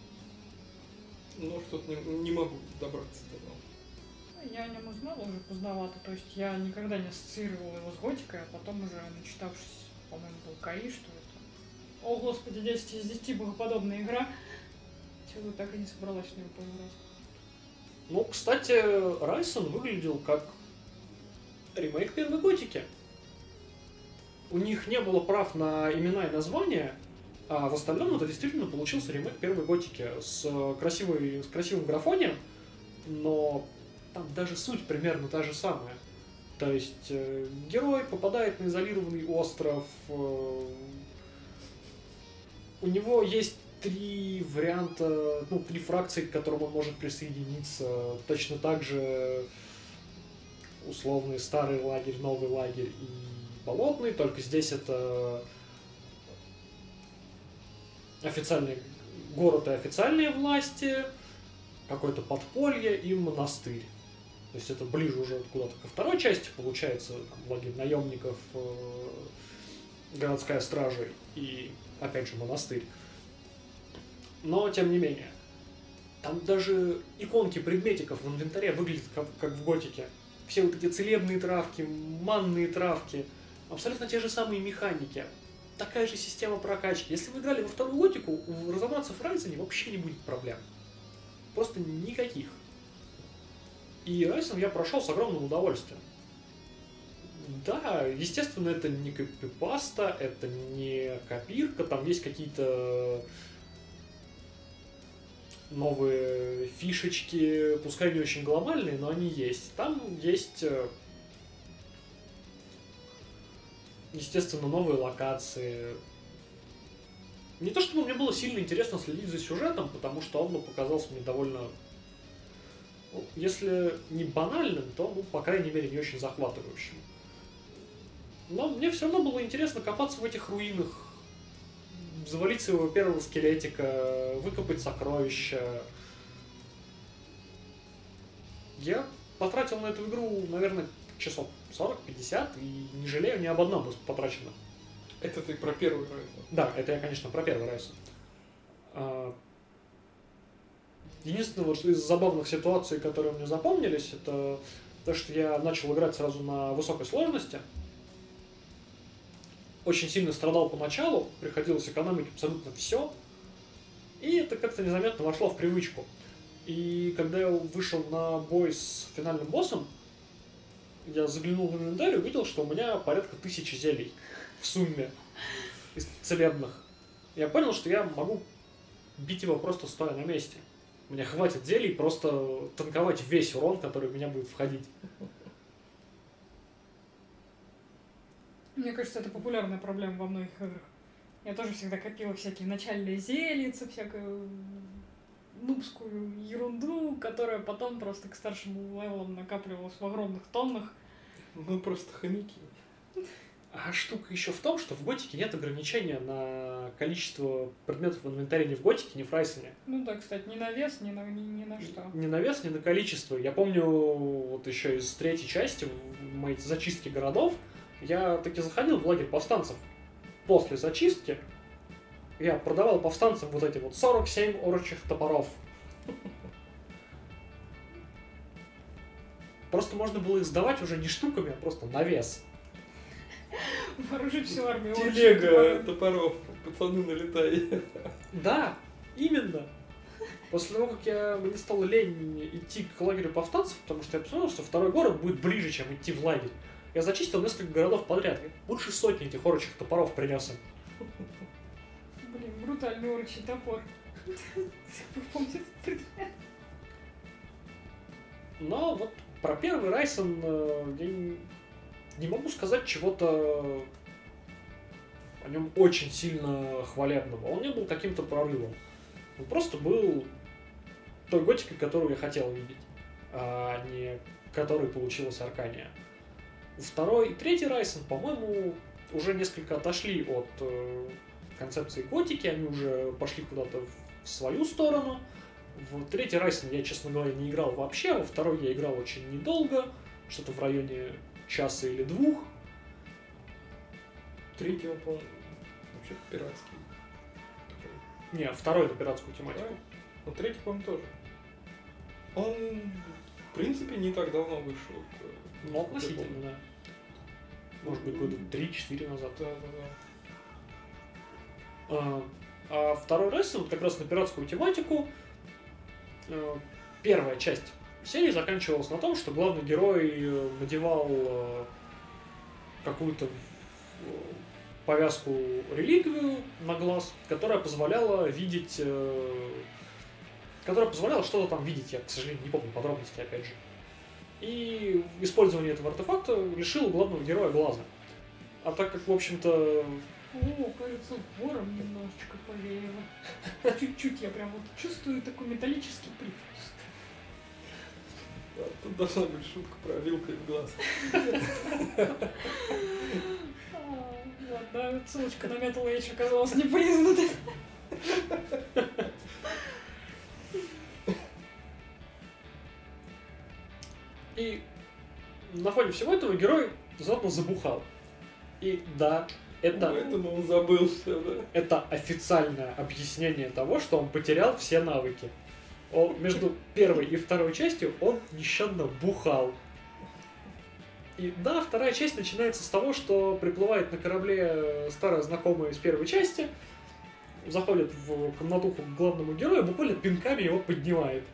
Но что-то не, не могу добраться до него. Я о нем узнала уже поздновато, то есть я никогда не ассоциировала его с готикой, а потом уже начитавшись, по-моему, был КАИ, что это... О, господи, десять из десяти богоподобная игра. Чего так и не собралась в него поиграть. Ну, кстати, Райсон выглядел как ремейк первой готики. У них не было прав на имена и названия, а в остальном это действительно получился ремейк первой готики с, красивой, с красивым графонием, но там даже суть примерно та же самая. То есть э, герой попадает на изолированный остров, э, у него есть три варианта, ну, три фракции, к которым он может присоединиться. Точно так же условный старый лагерь, новый лагерь и болотный, только здесь это официальный город и официальные власти, какое-то подполье и монастырь. То есть это ближе уже куда-то ко второй части, получается, там, лагерь наемников, э, городская стража и, опять же, монастырь. Но, тем не менее, там даже иконки предметиков в инвентаре выглядят как, как в готике. Все вот эти целебные травки, манные травки, абсолютно те же самые механики. Такая же система прокачки. Если вы играли во вторую готику, разобраться в Райзене вообще не будет проблем. Просто никаких. И Райзен я прошел с огромным удовольствием. Да, естественно, это не копипаста, это не копирка, там есть какие-то новые фишечки, пускай не очень глобальные, но они есть. Там есть, естественно, новые локации. Не то чтобы мне было сильно интересно следить за сюжетом, потому что он показался мне довольно, ну, если не банальным, то, ну, по крайней мере, не очень захватывающим. Но мне все равно было интересно копаться в этих руинах, завалить своего первого скелетика, выкопать сокровища. Я потратил на эту игру, наверное, часов сорок-пятьдесят, и не жалею ни об одном из потраченных. Это ты про первый Ryzen? Да, это я, конечно, про первый Ryzen. Единственное, вот из забавных ситуаций, которые мне запомнились, это то, что я начал играть сразу на высокой сложности. Очень сильно страдал поначалу, приходилось экономить абсолютно все, и это как-то незаметно вошло в привычку. И когда я вышел на бой с финальным боссом, я заглянул в инвентарь и увидел, что у меня порядка тысячи зелий в сумме из целебных. Я понял, что я могу бить его просто стоя на месте. Мне хватит зелий просто танковать весь урон, который в меня будет входить. Мне кажется, это популярная проблема во многих играх. Я тоже всегда копила всякие начальные зелицы, всякую нубскую ерунду, которая потом просто к старшим левелам накапливалась в огромных тоннах. Ну, просто хомяки. А штука еще в том, что в готике нет ограничения на количество предметов в инвентаре ни в готике, ни в Райсене. Ну да, кстати, ни на вес, ни на, ни, ни на что. Ни на вес, ни на количество. Я помню, вот еще из третьей части, в моей зачистке городов, я таки заходил в лагерь повстанцев. После зачистки я продавал повстанцам вот эти вот сорок семь орочих топоров. Просто можно было их сдавать уже не штуками, а просто на вес. Вооружить всю армию. Телега топоров, пацаны, налетай. Да, именно. После того, как я мне стало лень идти к лагерю повстанцев, потому что я посмотрел, что второй город будет ближе, чем идти в лагерь, я зачистил несколько городов подряд. Больше сотни этих орочих топоров принес им. Блин, брутальный орочий топор. Вы помните этот предмет? Но вот про первый Райсен э, я не, не могу сказать чего-то о нем очень сильно хвалебного. Он не был каким-то прорывом. Он просто был той готикой, которую я хотел видеть, а не которой получилась Аркания. Второй и третий Райсен, по-моему, уже несколько отошли от э, концепции готики, они уже пошли куда-то в свою сторону. В третий Райсен я, честно говоря, не играл вообще, во второй я играл очень недолго, что-то в районе часа или двух. Третий, он, по-моему, вообще пиратский. Не, второй на пиратскую тематику. Да? Ну, третий, по-моему, тоже. Он, в принципе, не так давно вышел. Ну, относительно, да. Может быть, года три-четыре назад. Да, да, да. А, а второй Райсен, вот как раз на пиратскую тематику, э, первая часть серии заканчивалась на том, что главный герой э, надевал э, какую-то э, повязку реликвию на глаз, которая позволяла видеть, э, которая позволяла что-то там видеть, я, к сожалению, не помню подробности, опять же. И использование этого артефакта лишило главного героя глаза. А так как, в общем-то... О, кажется, вором немножечко повеяло. Чуть-чуть я прям вот чувствую такой металлический привкус. Да, тут должна быть шутка про вилкой в глаз. Ладно, ссылочка на Metal Age оказалась не признана. И на фоне всего этого герой заодно забухал. И да, это, Поэтому он забыл все, да? это официальное объяснение того, что он потерял все навыки. Он, между первой и второй частью он нещадно бухал. И да, вторая часть начинается с того, что приплывает на корабле старая знакомая из первой части, заходит в комнатуху к главному герою, буквально пинками его поднимает.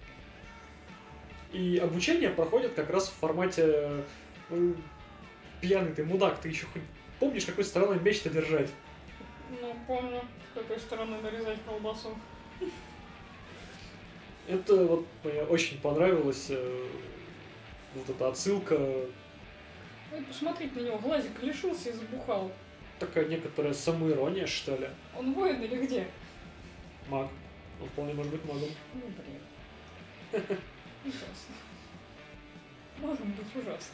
И обучение проходит как раз в формате ну, пьяный ты мудак, ты еще хоть помнишь, какой стороной меч-то держать? Ну, помню, с какой стороны нарезать колбасу. Это вот мне очень понравилось, э, вот эта отсылка, Ой, посмотреть на него, глазик лишился и забухал. такая некоторая самоирония, что ли. Он воин или где? Маг. Он вполне может быть магом. Ну, блин. Ужасно. Может быть ужасно.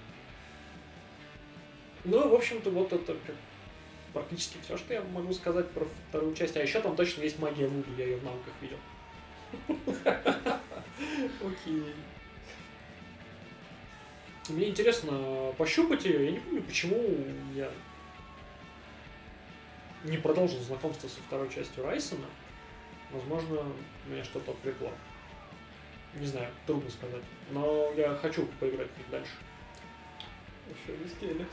Ну, в общем-то, вот это как практически все, что я могу сказать про вторую часть. А еще там точно есть магия Вуду, я ее в науках видел. Окей. Мне интересно пощупать ее. Я не помню, почему я не продолжил знакомство со второй частью Райсена. Возможно, меня что-то отвлекло. Не знаю, трудно сказать. Но я хочу поиграть в них дальше. Еще есть Эликс.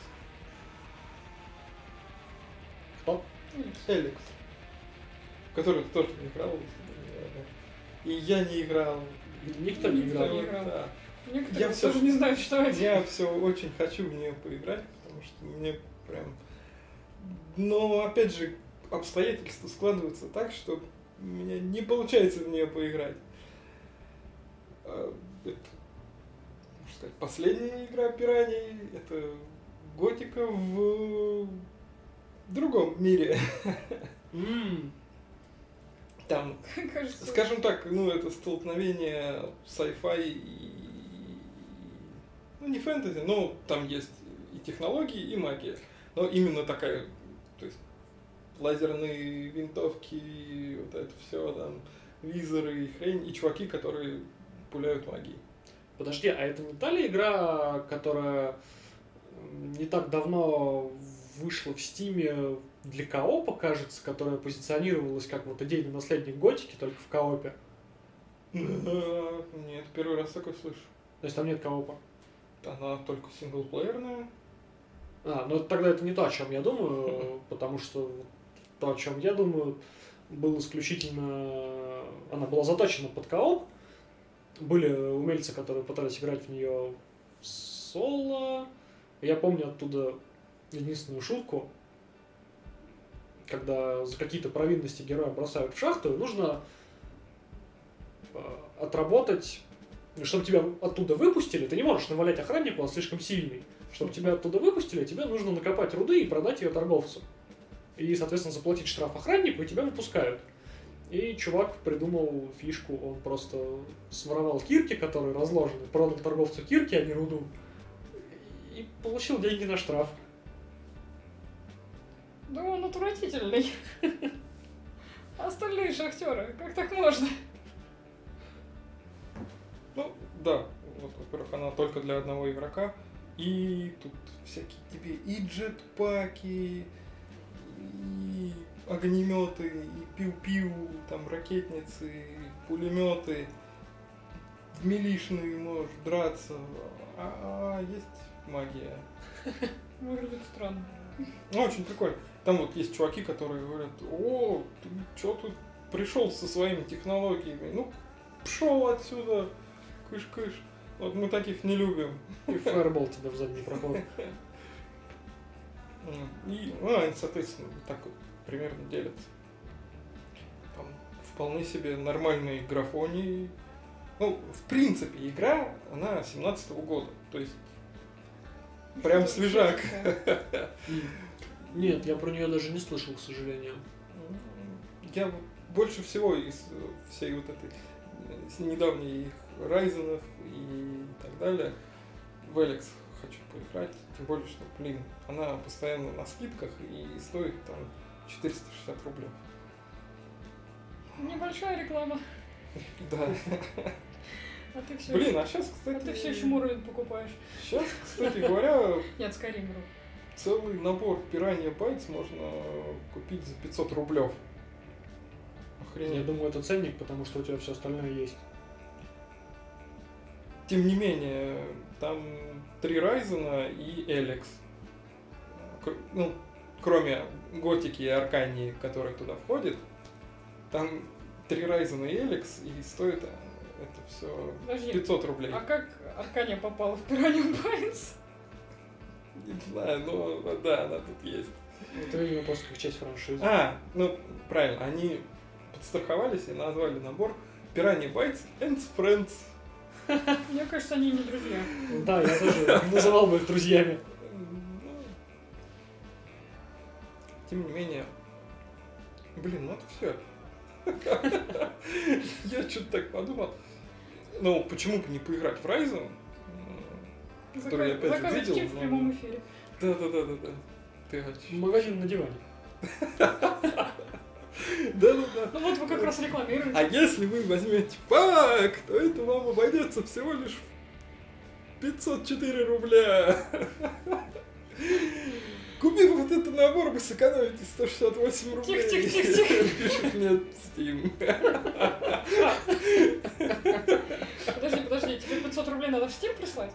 Кто? Эликс. В который ты тоже не играл. И я не играл. Никто не Никто играл. не играл. Да. Некоторые Я всё тоже ж- не знают, что это. Я все очень хочу в нее поиграть, потому что мне прям... Но, опять же, обстоятельства складываются так, что у меня не получается в нее поиграть. А, Это, можно сказать, последняя игра Пираний. Это готика в другом мире. М, Там, Кажется, скажем так, ну, это столкновение sci-fi и... Ну, не фэнтези, но там есть и технологии, и магия. Но именно такая, то есть лазерные винтовки, вот это все, там, визоры и хрень, и чуваки, которые пуляют магией. Подожди, а это не та ли игра, которая не так давно вышла в Стиме для коопа, кажется, которая позиционировалась как вот идейный наследник готики, только в коопе? А, Нет, первый раз такой слышу. То есть там нет коопа. Она только синглплеерная. А, ну тогда это не то, о чем я думаю, потому что то, о чем я думаю, был исключительно она была заточена под кооп. Были умельцы, которые пытались играть в нее соло. Я помню оттуда единственную шутку, когда за какие-то провинности героя бросают в шахту, и нужно отработать, чтобы тебя оттуда выпустили, ты не можешь навалять охраннику, он слишком сильный. Чтобы тебя оттуда выпустили, тебе нужно накопать руды и продать ее торговцу. И, соответственно, заплатить штраф охраннику, и тебя выпускают. И чувак придумал фишку, он просто своровал кирки, которые разложены, продал торговцу кирки, а не руду, и получил деньги на штраф. Да он отвратительный. Остальные шахтеры, как так можно? Ну, да, вот, во-первых, она только для одного игрока, и тут всякие тебе и джетпаки, и огнеметы, и пиу-пиу, там ракетницы, и пулеметы, в милишную можешь драться, а, а есть магия. Выглядит странно. Ну, очень прикольно. Там вот есть чуваки, которые говорят: о, ты чё тут пришел со своими технологиями? Ну, пшел отсюда, кыш-кыш. Вот мы таких не любим. И фаербол тебя в задний проход. И, ну, они, соответственно, так вот примерно делятся. Там вполне себе нормальные графонии. Ну, в принципе, игра, она семнадцатого года. То есть, прям свежак. Нет, я про нее даже не слышал, к сожалению. Я больше всего из всей вот этой с недавних Райзенов и так далее в Эликс хочу поиграть. Тем более, что, блин, она постоянно на скидках и стоит там четыреста шестьдесят рублей. Небольшая реклама. Да. А ты все Блин, еще... а сейчас, кстати... А ты все еще Morrowind покупаешь. Сейчас, кстати говоря, Нет, Skyrim. целый набор Piranha Bytes можно купить за пятьсот рублев. Я Охренеть. думаю, это ценник, потому что у тебя все остальное есть. Тем не менее, там три Райзена и Эликс. Кр- Ну, кроме Готики и Аркании, которые туда входят, там три Райзена и Эликс, и стоит это все Подожди, пятьсот рублей. а как Аркания попала в Piranha Bytes? Не знаю, но да, она тут есть. Это, видимо, просто как часть франшизы. А, ну, правильно, они подстраховались и назвали набор Piranha Bytes and Friends. Мне кажется, они не друзья. Да, я тоже называл бы их друзьями. Ну, тем не менее, блин, ну это все. Я что-то так подумал. Ну, почему бы не поиграть в Ryzen, который я опять же Заказывать видел. Steam в но- прямом эфире. Да-да-да-да-да. Ты о чём? Магазин на диване. Да-да-да. Ну вот вы как раз рекламируете. А если вы возьмете пак, то это вам обойдется всего лишь в пятьсот четыре рубля. Купив вот этот набор, вы сэкономите сто шестьдесят восемь рублей. Тихо, тихо, тихо, тихо. Пишет мне Steam. Подожди, подожди, тебе пятьсот рублей надо в Steam прислать?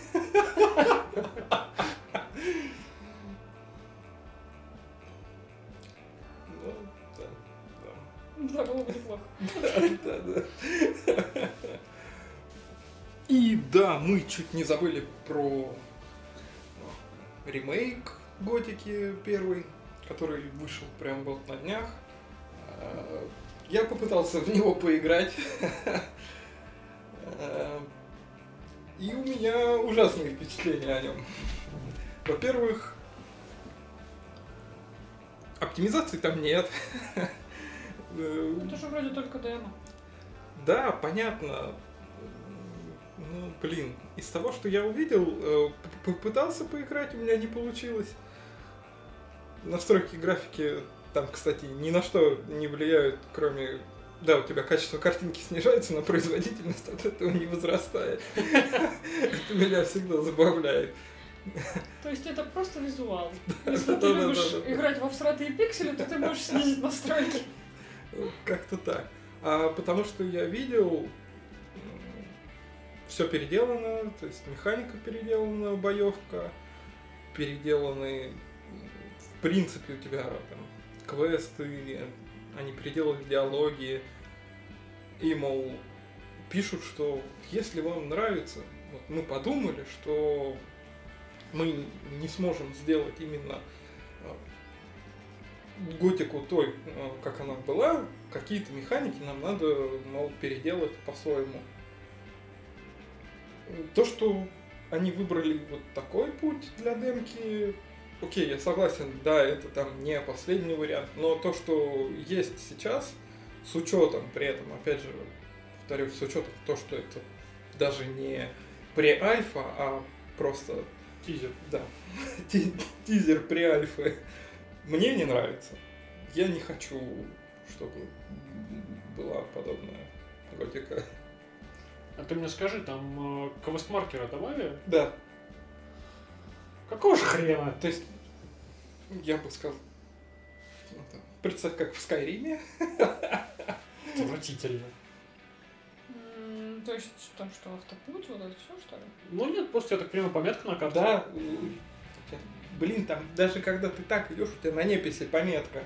Ну, да, Да, было бы неплохо. да, да, да. И да, мы чуть не забыли про ремейк Готики первый, который вышел прям вот на днях. Я попытался в него поиграть. И у меня ужасные впечатления о нем. Во-первых, оптимизации там нет. Это же вроде только демо. Да, понятно. Ну, блин, из того, что я увидел, попытался поиграть, у меня не получилось. Настройки графики там, кстати, ни на что не влияют, кроме... Да, у тебя качество картинки снижается, но производительность от этого не возрастает. Это меня всегда забавляет. То есть это просто визуал. Если ты Да-да-да-да-да. любишь играть во всратые пиксели, то ты можешь снизить настройки. Как-то так. А потому что я видел, все переделано, то есть механика переделана, боевка, переделаны, в принципе, у тебя там квесты, они переделали диалоги. И, мол, пишут, что если вам нравится, вот мы подумали, что мы не сможем сделать именно готику той, как она была, какие-то механики нам надо, мол, переделать по-своему. То, что они выбрали вот такой путь для демки, окей, я согласен, да, это там не последний вариант, но то, что есть сейчас, с учетом при этом, опять же, повторюсь, с учетом того, что это даже не pre-альфа, а просто Тизер. да, тизер pre-альфы, мне не нравится. Я не хочу, чтобы была подобная готика. А ты мне скажи, там э, квест-маркера добавили? Да, Какого же хрена? то есть, я бы сказал, ну, там, представь, как в Скайриме. Отвратительно. М, То есть, там что, автопуть, вот это все, что ли? Ну нет, просто, я так понимаю, пометка на карте. Да, блин, там даже когда ты так идешь, у тебя на неписи пометка.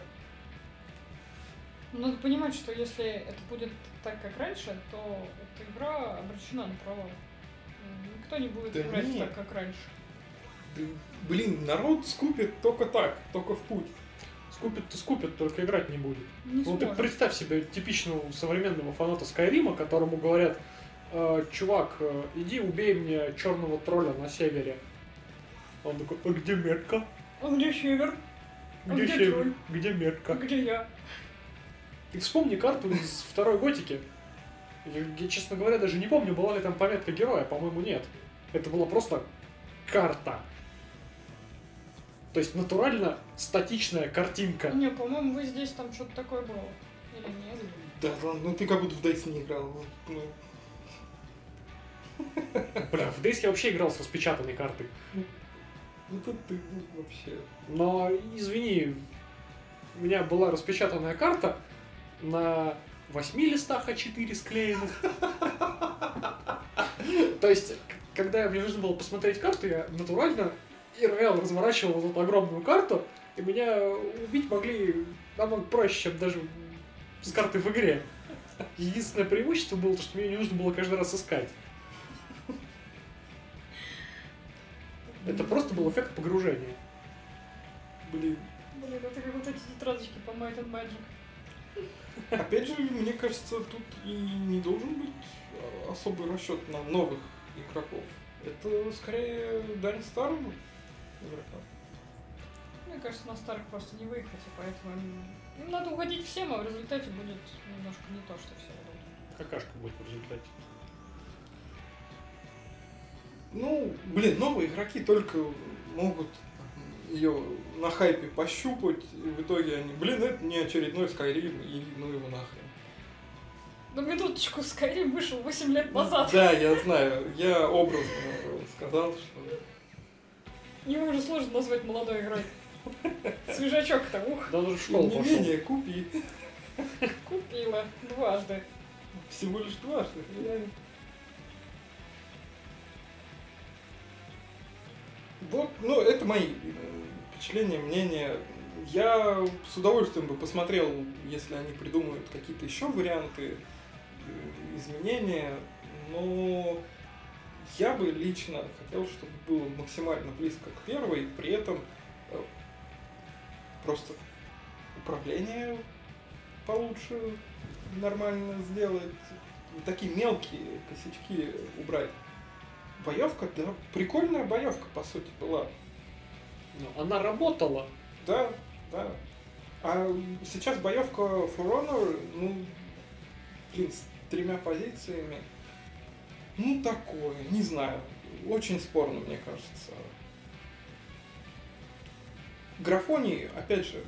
Надо понимать, что если это будет так, как раньше, то эта игра обречена на провал. М, Никто не будет Да играть нет. так, как раньше. Да, блин, народ скупит только так, только в путь. Скупит-то скупит, только играть не будет. Не Ну ты сможет. представь себе типичного современного фаната Скайрима, которому говорят: «Э, чувак, э, иди убей мне черного тролля на севере. Он такой: а где метка? А где север? А Где где север? тролль? Где метка? Где я? И вспомни карту из второй готики. Я, я, честно говоря, даже не помню, была ли там пометка героя, по-моему, нет. Это была просто карта. То есть натурально статичная картинка. Не, по-моему, вы здесь там что-то такое было. Или нет? Да ладно, ну ты как будто в Дайс не играл. Ну, Бля, в Дейс я вообще играл с распечатанной картой. ну тут ты ну, вообще... Но, извини, у меня была распечатанная карта на восьми листах а четыре склеенных. То есть, к- когда мне нужно было посмотреть карту, я натурально ай эр эл разворачивал вот эту огромную карту, и меня убить могли намного проще, чем даже с карты в игре. Единственное преимущество было то, что мне не нужно было каждый раз искать. Это просто был эффект погружения. Блин. Блин, это как вот эти тетрадочки по Might and Magic. Опять же, мне кажется, тут и не должен быть а, особый расчет на новых игроков. Это скорее дань старым игрокам. Мне кажется, на старых просто не выехать, и поэтому им, им надо угодить всем, а в результате будет немножко не то, что все идут. Какашка будет в результате. Ну, блин, новые игроки только могут ее на хайпе пощупать, и в итоге они, блин, это не очередной Skyrim, и ну его нахрен. На минуточку, Skyrim вышел восемь лет назад. Да, я знаю, я образно сказал, что... Его уже сложно назвать молодой игрой. Свежачок-то, ух, Да он уже в Тем школу не пошел. менее, купи. купила дважды. Всего лишь дважды. реально. Вот, ну, это мои э, впечатления, мнения. Я с удовольствием бы посмотрел, если они придумают какие-то еще варианты э, изменения, но я бы лично хотел, чтобы было максимально близко к первой, при этом э, просто управление получше нормально сделать, такие мелкие косячки убрать. Боевка, да, прикольная боевка, по сути, была. Ну, она работала. Да, да. А сейчас боевка For Honor, ну, блин, с тремя позициями, ну, такое, не знаю, очень спорно, мне кажется. Графоний, опять же,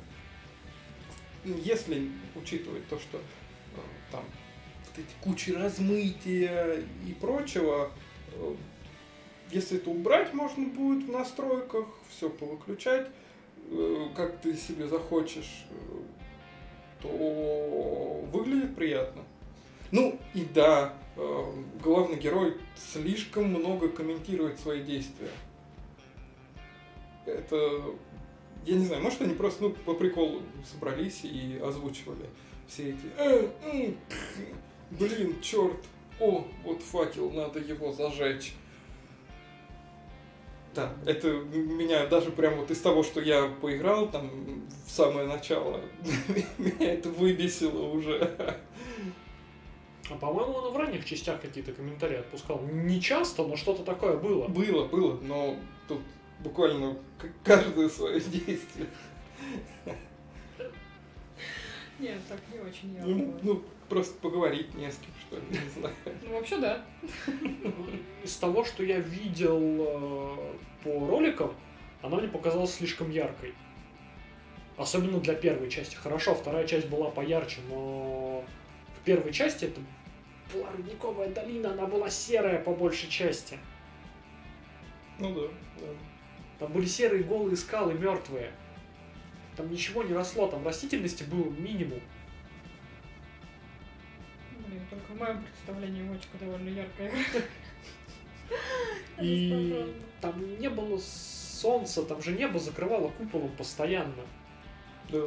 если учитывать то, что э, там вот эти кучи размытия и прочего, э, если это убрать, можно будет в настройках все повыключать, э, как ты себе захочешь, э, то выглядит приятно. Ну и да, э, главный герой слишком много комментирует свои действия. Это, я не знаю, может они просто ну, по приколу собрались и озвучивали все эти... «Э, м, блин, черт, о, вот факел, надо его зажечь. Да, это меня даже прям вот из того, что я поиграл там в самое начало, меня это выбесило уже. А по-моему, он в ранних частях какие-то комментарии отпускал. Не часто, но что-то такое было. Было, было, но тут буквально к- каждое свое действие. Нет, так не очень Ну, явно. ну, просто поговорить не с кем, что ли, не знаю. Ну, вообще, да. Из того, что я видел э, по роликам, она мне показалась слишком яркой. Особенно для первой части. Хорошо, вторая часть была поярче, но в первой части это была родниковая долина, она была серая по большей части. Ну да, да. Там были серые голые скалы, мертвые. Там ничего не росло, там растительности был минимум. Блин, только в моем представлении Вотика довольно яркая игра. И там не было солнца, там же небо закрывало куполом постоянно. Да.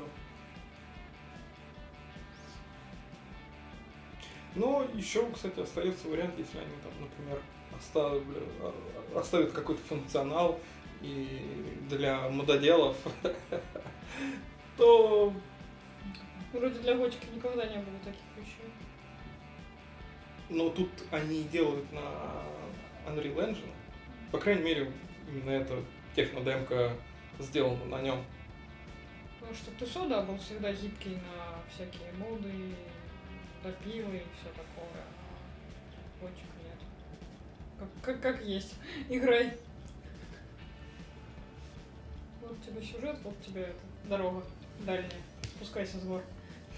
Но еще, кстати, остается вариант, если они там, например, оставят, оставят какой-то функционал и для мододелов, то Вроде для Готики никогда не было таких вещей. но тут они делают на Unreal Engine. По крайней мере, именно эта технодемка сделана на нем. Потому что Тусо, да, был всегда гибкий на всякие моды, допилы и все такое. А Готик нет. Как, как, как есть. Играй. Вот тебе сюжет, вот тебе это, дорога дальняя. Спускайся с гор.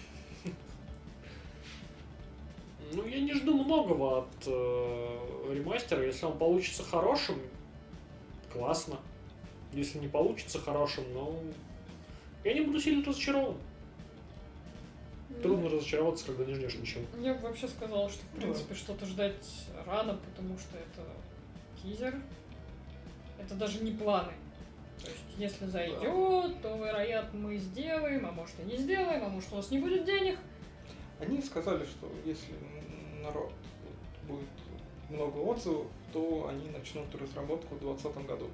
Ну, я не жду многого от э, ремастера. Если он получится хорошим, классно. Если не получится хорошим, ну... Я не буду сильно разочарован. Трудно разочароваться, когда не ждешь ничего. Я бы вообще сказала, что в Ну принципе что-то ждать рано, потому что это тизер. Это даже не планы. То есть, если зайдет, то, вероятно, мы сделаем, а может и не сделаем, а может у нас не будет денег. Они сказали, что если народ будет много отзывов, то они начнут разработку в двадцатом году.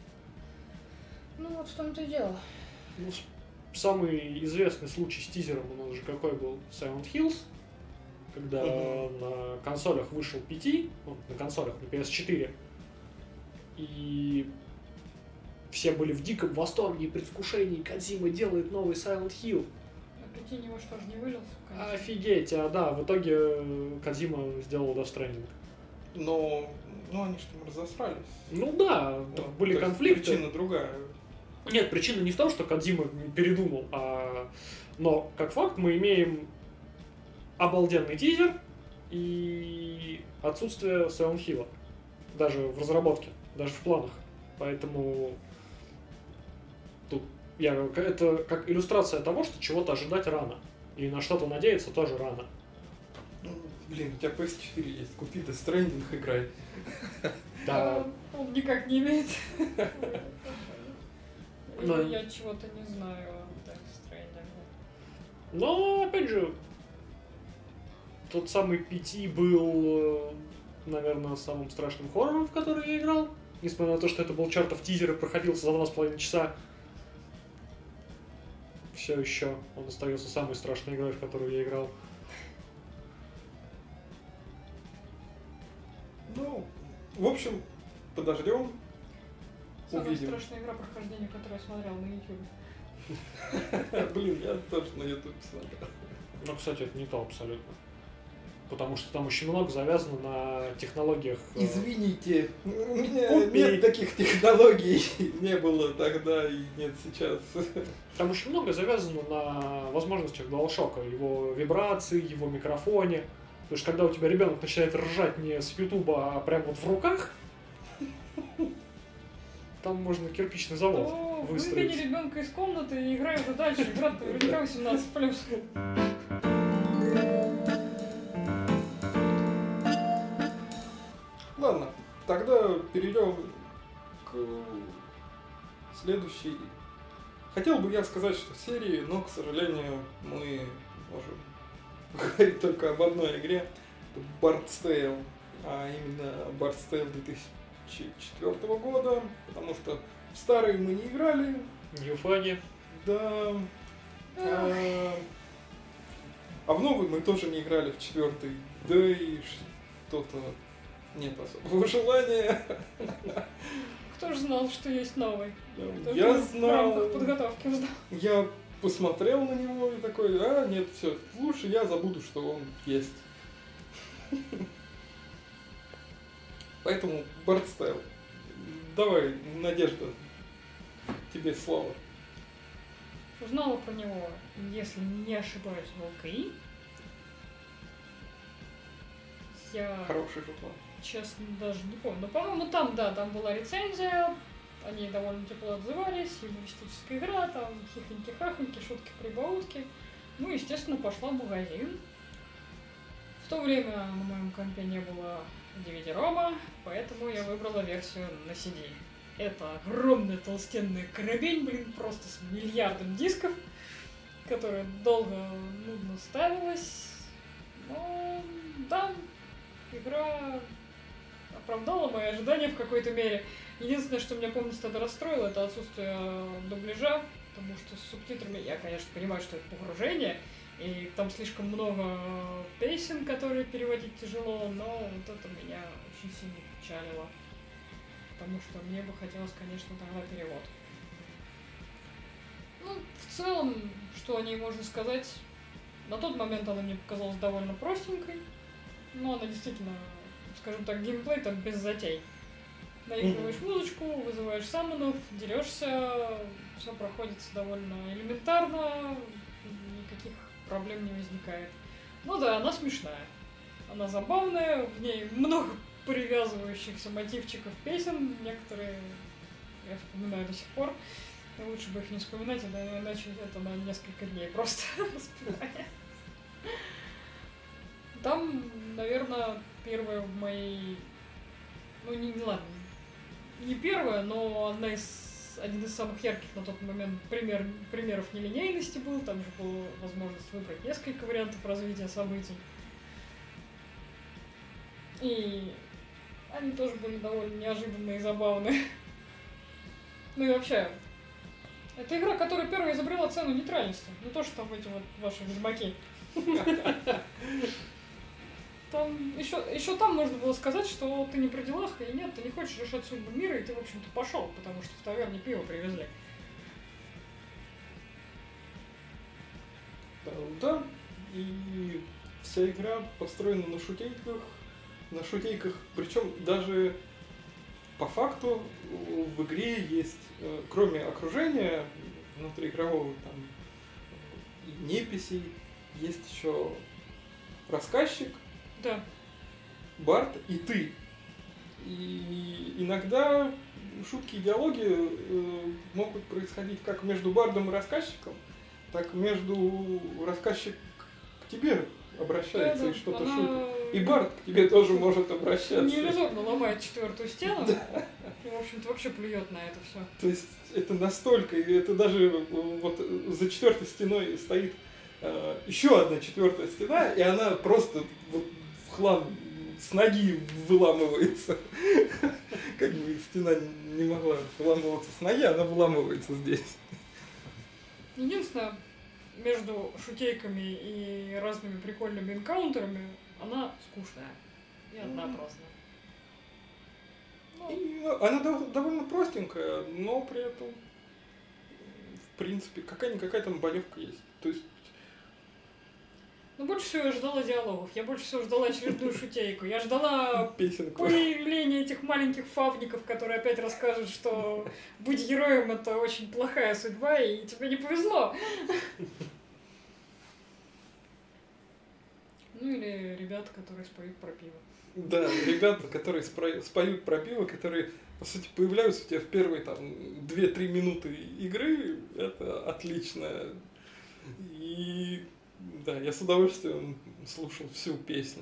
Ну вот в том-то и дело. Ну, с- самый известный случай с тизером у нас же какой был? Silent Hills. Когда Мгм. на консолях вышел пи ти, ну, на консолях, на пи эс четыре, и все были в диком восторге и предвкушении, Кодзима делает новый Silent Hill. А пяти него что ж не вылился? конечно. Офигеть, а да, в итоге э, Кодзима сделал Death Stranding. Но, ну, они же там разосрались. Ну да, Ну, так были то есть конфликты. Причина другая. Нет, причина не в том, что Кодзима передумал, а... но как факт мы имеем обалденный тизер и отсутствие Silent Hill'а. Даже в разработке, даже в планах. Поэтому тут я, это как иллюстрация того, что чего-то ожидать рано. И на что-то надеяться тоже рано. Ну, блин, у тебя пи эс четыре есть, купи Death Stranding, играй. Да, А он никак не имеет. Но- Или я чего-то не знаю о Death Stranding. но опять же, тот самый пи ти был, э, наверное, самым страшным хоррором, в который я играл. Несмотря на то, что это был чертов тизер и проходился за два с половиной часа. Все еще он остается самой страшной игрой, в которую я играл. Ну, в общем, подождем. Самая Увидим. страшная игра прохождения, которую я смотрел на YouTube. Блин, я тоже на YouTube смотрел. Но, кстати, это не то абсолютно. Потому что там очень много завязано на технологиях. э, Извините, у меня Купи. нет таких технологий, не было тогда и нет сейчас. Там очень много завязано на возможностях DualShock, его вибрации, его микрофоне. Потому что когда у тебя ребенок начинает ржать не с Ютуба, а прямо вот в руках, там можно кирпичный завод То выстроить. выгони ребенка из комнаты и играй уже дальше. Игра наверняка восемнадцать плюс. Ладно, тогда перейдем к следующей. Хотел бы я сказать, что серии, но, к сожалению, мы можем говорить только об одной игре. Bard's Tale, а именно Bard's Tale две тысячи четвёртого года, потому что в старые мы не играли. Ньюфани. Да. А, а в новый мы тоже не играли, в четвертый. Да и что-то нет особого желания. Кто же знал, что есть новый? Кто Я же знал. В рамках подготовки узнал. Я посмотрел на него и такой, а, нет, все, лучше я забуду, что он есть. Поэтому Bard's Tale. Давай, Надежда, тебе слово. Узнала про него, если не ошибаюсь, в ЛКИ. Я, Хороший журнал. честно, даже не помню. Но, по-моему, там, да, там была рецензия, они довольно тепло отзывались, юмористическая игра, там хихоньки-хахоньки, шутки-прибаутки. Ну, естественно, пошла в магазин. В то время на моем компе не было ди ви ди-рома, поэтому я выбрала версию на си ди. Это огромная толстенная коробень, блин, просто с миллиардом дисков, которая долго, нудно ставилась. Но да, игра оправдала мои ожидания в какой-то мере. Единственное, что меня, помнится, тогда расстроило, это отсутствие дубляжа, потому что с субтитрами я, конечно, понимаю, что это погружение, и там слишком много песен, которые переводить тяжело, но вот это меня очень сильно печалило. Потому что мне бы хотелось, конечно, тогда перевод. Ну, в целом, что о ней можно сказать? На тот момент она мне показалась довольно простенькой, но она действительно, скажем так, геймплей там без затей. Наигрываешь mm-hmm. музычку, вызываешь саммонов, дерешься, все проходится довольно элементарно, никаких проблем не возникает. Ну да, она смешная, она забавная, в ней много привязывающихся мотивчиков песен, некоторые я вспоминаю до сих пор. Лучше бы их не вспоминать, иначе это на несколько дней просто воспоминания. Там, наверное, первая в моей... Ну, не, не ладно, не первая, но одна из, один из самых ярких на тот момент пример, примеров нелинейности был. Там же была возможность выбрать несколько вариантов развития событий. И они тоже были довольно неожиданные и забавные. Ну и вообще, это игра, которая первая изобрела цену нейтральности. Не то, что там эти вот ваши ведьмаки. Там еще, еще там можно было сказать, что ты не при делах, и нет, ты не хочешь решать судьбу мира, и ты, в общем-то, пошел, потому что в таверне пиво привезли. Да, и вся игра построена на шутейках, на шутейках, причем даже по факту в игре есть, кроме окружения внутриигрового, там, неписей, есть еще рассказчик, да. Бард и ты. И иногда шутки и диалоги э, могут происходить как между бардом и рассказчиком, так между рассказчик к тебе обращается да, и что-то она... шутит. И бард к тебе тоже может обращаться. Неиллюзорно ломает четвертую стену. Да. И, в общем-то, вообще плюет на это все. То есть это настолько, это даже вот за четвертой стеной стоит э, еще одна четвертая стена, и она просто вот, в хлам с ноги выламывается. Как бы стена не могла выламываться с ноги, она выламывается здесь. Единственное, между шутейками и разными прикольными энкаунтерами она скучная и однообразная. Ну, и, ну, она дов- довольно простенькая, но при этом, в принципе, какая-никакая там болевка есть. То есть Ну, больше всего я ждала диалогов, я больше всего ждала очередную шутейку. Я ждала песенку. Появления этих маленьких фавников, которые опять расскажут, что быть героем — это очень плохая судьба, и тебе не повезло. Ну, или ребята, которые споют про пиво. Да, ребята, которые спро- споют про пиво, которые, по сути, появляются у тебя в первые там две-три минуты игры, это отлично. И да, я с удовольствием слушал всю песню.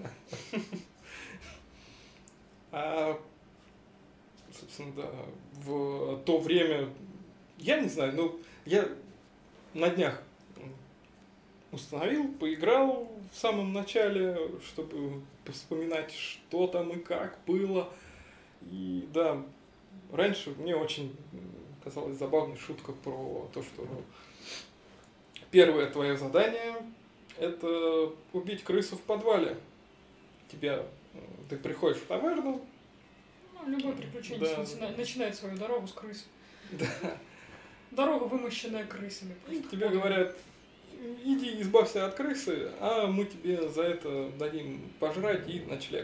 А, собственно, да, в то время, я не знаю, ну, я на днях установил, поиграл в самом начале, чтобы вспоминать, что там и как было. И да, раньше мне очень казалась забавной шутка про то, что первое твое задание – это убить крысу в подвале. Тебя, ты приходишь в таверну. Ну, любое приключение Да. начина- начинает свою дорогу с крыс. Да. Дорога, вымощенная крысами. И тебе говорят, иди избавься от крысы, а мы тебе за это дадим пожрать и ночлег.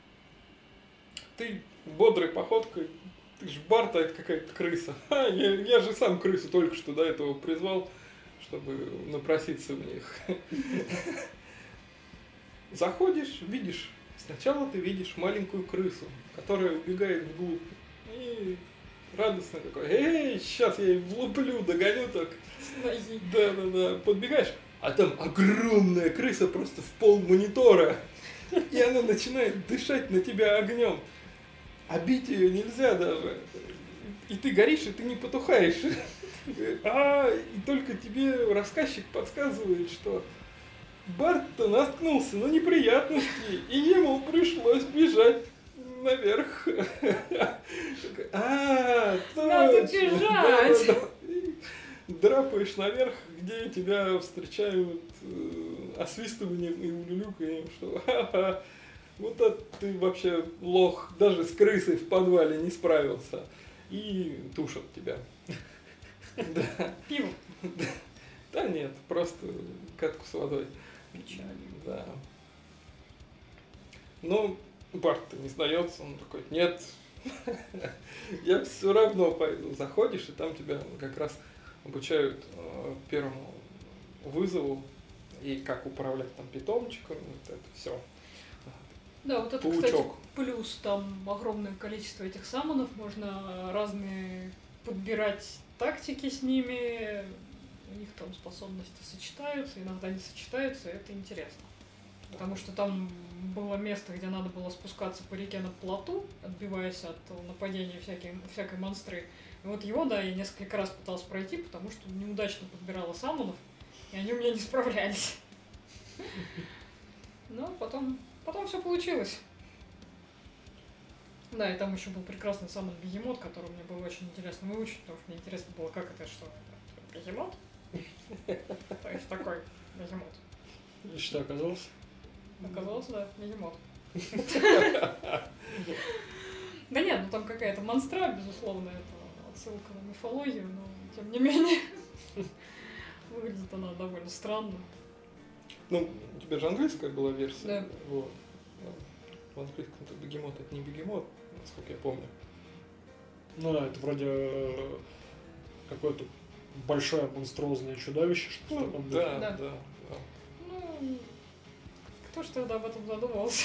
Ты бодрой походкой, ты ж Барта, это какая-то крыса. А, я, я же сам крысу только что до этого призвал, чтобы напроситься в них. Заходишь, видишь, сначала ты видишь маленькую крысу, которая убегает вглубь. И радостно такой, эй, сейчас я ей влуплю, догоню так. С ноги. Да-да-да, подбегаешь, а там огромная крыса просто в пол монитора. И она начинает дышать на тебя огнем. А бить ее нельзя даже. И ты горишь, и ты не потухаешь. А, и только тебе рассказчик подсказывает, что Барт-то наткнулся на неприятности, и ему пришлось бежать наверх. А, Надо точно. бежать. Да-да-да. И драпаешь наверх, где тебя встречают э, освистыванием и улюлюканием, что ха-ха, вот это ты вообще лох, даже с крысой в подвале не справился. И тушат тебя. Да. Пиво. Да нет, просто катку с водой. Печально. Да. Но Барт-то не сдается, он такой, нет, я все равно пойду. Заходишь, и там тебя как раз обучают э, первому вызову и как управлять там питомчиком, вот это все. Да, вот это, Паучок. кстати, плюс. Там огромное количество этих саммонов, можно разные подбирать тактики с ними, у них там способности сочетаются, иногда не сочетаются, и это интересно. Потому что там было место, где надо было спускаться по реке на плоту, отбиваясь от нападения всякой, всякой монстры. И вот его, да, я несколько раз пытался пройти, потому что неудачно подбирала саммонов, и они у меня не справлялись. Но потом, потом все получилось. Да, и там еще был прекрасный саммон бегемот, который мне было очень интересно выучить, потому что мне интересно было, как это, что это бегемот. То есть такой бегемот. И что оказалось? Оказался, да, бегемот. Да нет, ну там какая-то монстра, безусловно, это отсылка на мифологию, но тем не менее выглядит она довольно странно. Ну, у тебя же английская была версия. Да. Вот. В английском-то бегемот это не бегемот, насколько я помню. Ну да, это вроде э, какое-то большое монструозное чудовище, что в Ну, таком да, духе. да, Да. да. Ну, кто ж тогда об этом задумывался?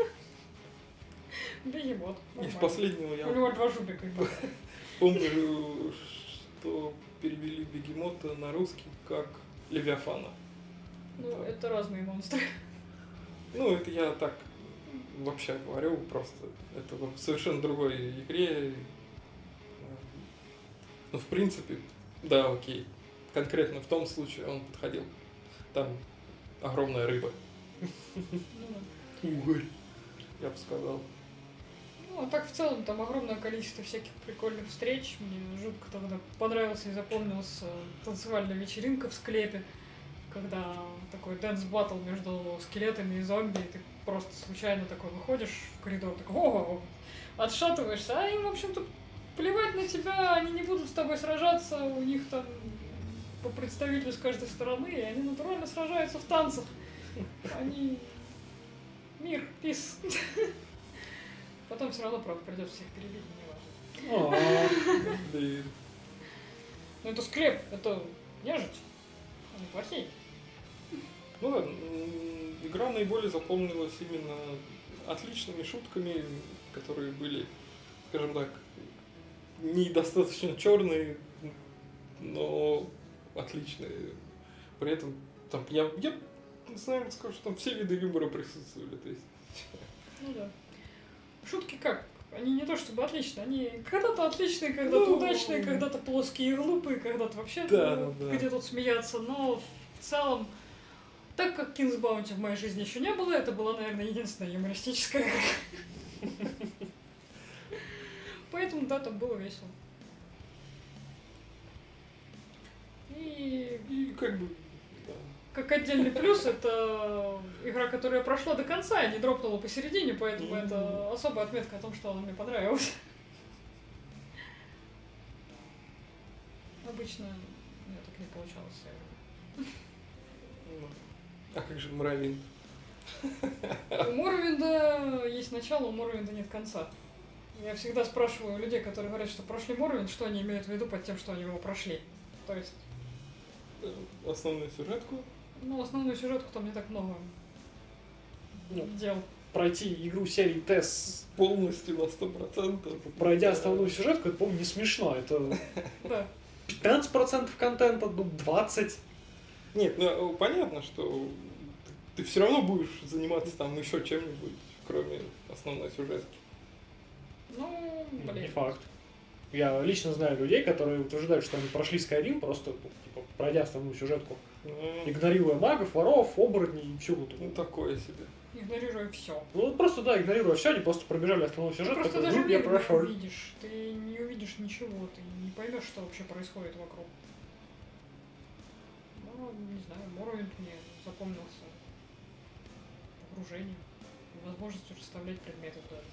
Бегемот. Из нормально. последнего У я него два жубика. помню, что перевели бегемота на русский как Левиафана. Ну, это разные монстры. Ну, это я так вообще говорю, просто это в совершенно другой игре. Ну, в принципе, да, окей. Конкретно в том случае он подходил. Там огромная рыба. Ну, да. Угорь, я бы сказал. Ну, а так в целом там огромное количество всяких прикольных встреч. Мне жутко тогда понравился и запомнилась танцевальная вечеринка в склепе, когда такой дэнс-баттл между скелетами и зомби, и ты просто случайно такой выходишь в коридор, такой, о, отшатываешься, а им, в общем-то, плевать на тебя, они не будут с тобой сражаться, у них там по представителю с каждой стороны, и они натурально сражаются в танцах. Они... Мир, пис. Потом все равно, правда, придется всех перебить, неважно. А, Блин. Но это склеп, это нежить. Они плохие. Ну да, м, игра наиболее запомнилась именно отличными шутками, которые были, скажем так, недостаточно черные, но отличные. При этом там я, я наверное, скажу, что там все виды юмора присутствовали. То есть. Ну да. Шутки как? Они не то чтобы отличные, они когда-то отличные, когда-то Ну, удачные, когда-то плоские и глупые, когда-то вообще Да, ну, да, да. где тут смеяться, но в целом Так как King's Bounty в моей жизни еще не было, это была, наверное, единственная юмористическая игра. Поэтому, да, там было весело. И... И как бы... Да. Как отдельный плюс, это игра, которая прошла до конца, а не дропнула посередине, поэтому Mm-hmm. это особая отметка о том, что она мне понравилась. Обычно у меня так не получалось. Ну. А как же Муравин? У Морровинда есть начало, у Морровинда нет конца. Я всегда спрашиваю у людей, которые говорят, что прошли Морровинд, что они имеют в виду под тем, что они его прошли. То есть, Основную сюжетку? ну, основную сюжетку там не так много Ну, дел. пройти игру серии ТЭС, Полностью на сто процентов. пройдя основную сюжетку, это, по-моему, не смешно. Это Да. пятнадцать процентов контента, ну, двадцать процентов. Нет, ну понятно, что ты все равно будешь заниматься там еще чем-нибудь, кроме основной сюжетки. Ну, Не блин. факт. Я лично знаю людей, которые утверждают, что они прошли Skyrim, просто ну, типа, пройдя основную сюжетку, Ну, игнорируя магов, воров, оборотней и всю вот эту. ну такое себе. Игнорируя все. Ну вот просто, да, игнорируя все, они просто пробежали основную Ты сюжетку, просто такой, даже ну, я мир не прошел. увидишь. Ты не увидишь ничего, ты не поймешь, что вообще происходит вокруг. Ну, не знаю, Морровинд мне запомнился погружением и возможностью расставлять предметы вдали.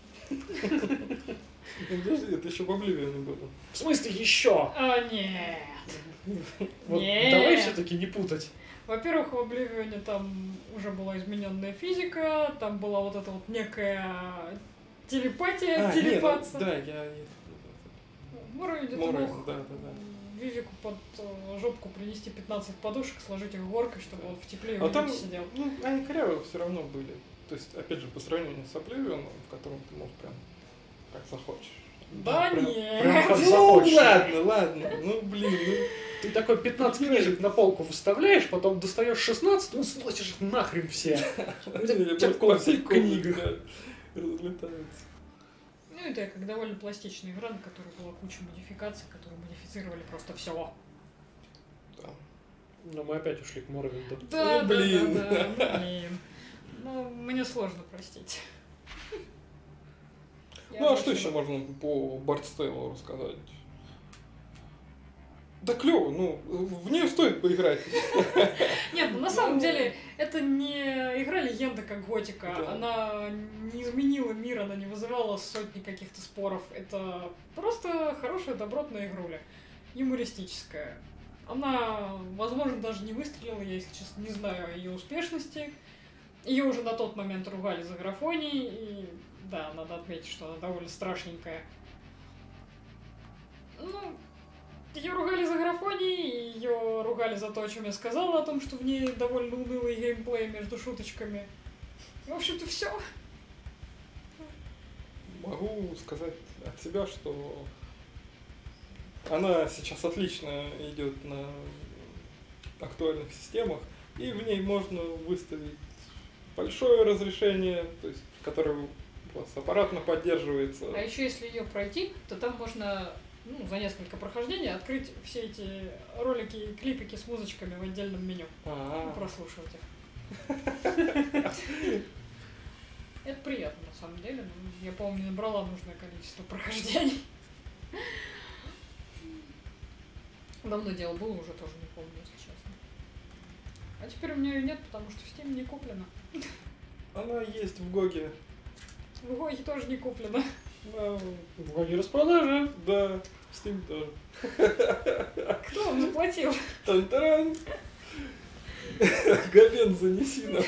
Ну, подожди, это еще в Обливионе было. В смысле еще? А, нет. Вот Нет. давай все-таки не путать. Во-первых, в Обливионе там уже была измененная физика, там была вот эта вот некая телепатия, А, нет, ну, телепаться. да, я... В Морровинде ты Морровинд, мог да, да, да. Вивику под э, жопку принести пятнадцать подушек, сложить их горкой, чтобы он в тепле и А там, уюте сидел. ну, они корявые все равно были. То есть, опять же, по сравнению с Обливионом, в котором ты можешь прям как захочешь. Да прям- нет. прям как Ну, захочешь. ладно, ладно, ну, блин, ну... Ты такой пятнадцать книжек на полку выставляешь, потом достаешь шестнадцать, ну сносишь их нахрен все. Я тебя просто ком по всей в книгах. комнате, да, разлетаются. Ну, это как довольно пластичная игра, на которой была куча модификаций, которые модифицировали просто все. Да. Но мы опять ушли к Морровинду. Да, Ну, да, блин. да, да, ну, блин. Ну, мне сложно простить. Я Ну а очень что еще можно по Бардстейлу рассказать? Да клево, ну, в нее стоит поиграть. Нет, ну на самом деле это не игра-легенда, как Готика. Да. Она не изменила мир, она не вызывала сотни каких-то споров. Это просто хорошая, добротная игруля. Юмористическая. Она, возможно, даже не выстрелила, я, если честно, не знаю о ее успешности. Ее уже на тот момент ругали за графоний, и да, надо отметить, что она довольно страшненькая. Ну, ее ругали за графоний, ее ругали за то, о чем я сказала, о том, что в ней довольно унылый геймплей между шуточками. В общем-то, все. Могу сказать от себя, что она сейчас отлично идет на актуальных системах, и в ней можно выставить большое разрешение, то есть, которое у вас аппаратно поддерживается. А еще если ее пройти, то там можно, ну, за несколько прохождений открыть все эти ролики и клипики с музычками в отдельном меню. А, Ну, прослушивать их. Это приятно, на самом деле. но Я, по-моему, не набрала нужное количество прохождений. Давно дело было, уже тоже не помню, если честно. А теперь у меня ее нет, потому что в Steam не куплено. Она есть в Гоге. В Гоге тоже не куплено. Да, В годе распродажи. да, в Steam тоже. Кто вам заплатил? Тан-таран! Габен занеси нам.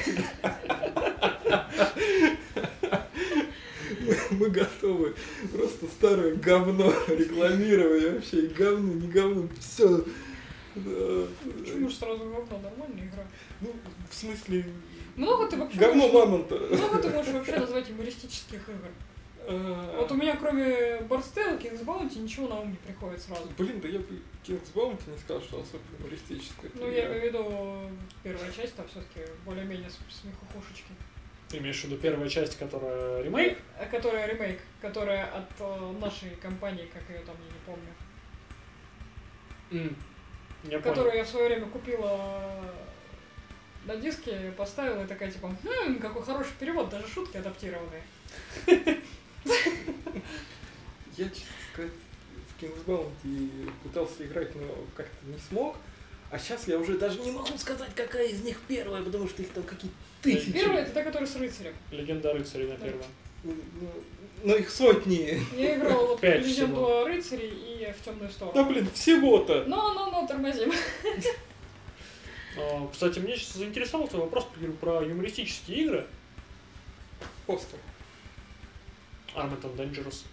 Мы, мы готовы просто старое говно рекламировать вообще. И говно, не говно, все. Почему же сразу говно? Нормальная игра. Ну, в смысле, Много ты вообще говно можешь- мамонта. Много ты можешь вообще назвать юмористических игр? А, Вот у меня кроме Бардстейла, King's Bounty ничего на ум не приходит сразу. Блин, да я бы King's Bounty не сказал, что особенно юмористическая. Ну, я имею в виду, первая часть там все-таки более-менее с- смехухушечки. Ты имеешь в виду первая часть, которая ремейк? А которая ремейк, которая от э, нашей компании, как ее там, я не помню. М, Я понял. Которую я в свое время купила на диске поставила и такая, типа, хм, какой хороший перевод, даже шутки адаптированные. Я, честно сказать, в King's Bounty пытался играть, но как-то не смог. А сейчас я уже даже не могу сказать, какая из них первая, потому что их там какие-то тысячи. Первая это та, которая с рыцарем. Легенда о рыцаре на первом. Ну, ну, их сотни. Я играла вот в Пять легенду всего. о рыцаре и в темную Да, сторону. блин, всего-то. Но, но, но, тормозим. А, Кстати, меня сейчас заинтересовал твой вопрос про юмористические игры. Постер. Armored and Dangerous.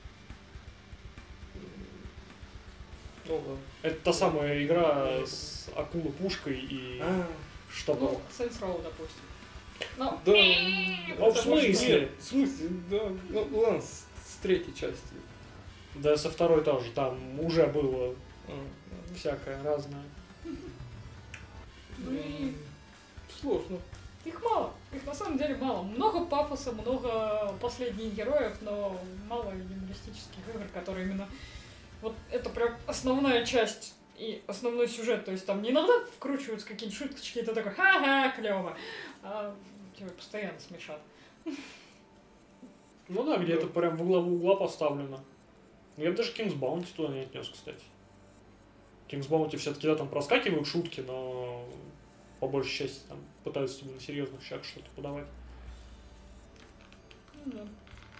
Ну ладно. Это та самая игра с акулой-пушкой и А, что-то. Ну, Saints Row, допустим. Ну, да. Ну, в смысле? Нет, в смысле, да. Ну ладно, с, с третьей части. Да, со второй тоже. Там уже было А, всякое разное. ну и Сложно. их мало. Их на самом деле мало. Много пафоса, много последних героев, но мало юмористических игр, которые именно... Вот это прям основная часть и основной сюжет. То есть там не иногда вкручиваются какие-нибудь шуточки, и ты такой, ха-ха, клево. А тебя постоянно смешат. Ну да, где-то прям в угла, в угла поставлено. Я бы даже King's Bounty туда не отнес, кстати. King's Bounty все-таки да, там проскакивают шутки, но по большей части там пытаются тебе на серьезных щах что-то подавать. Ну да.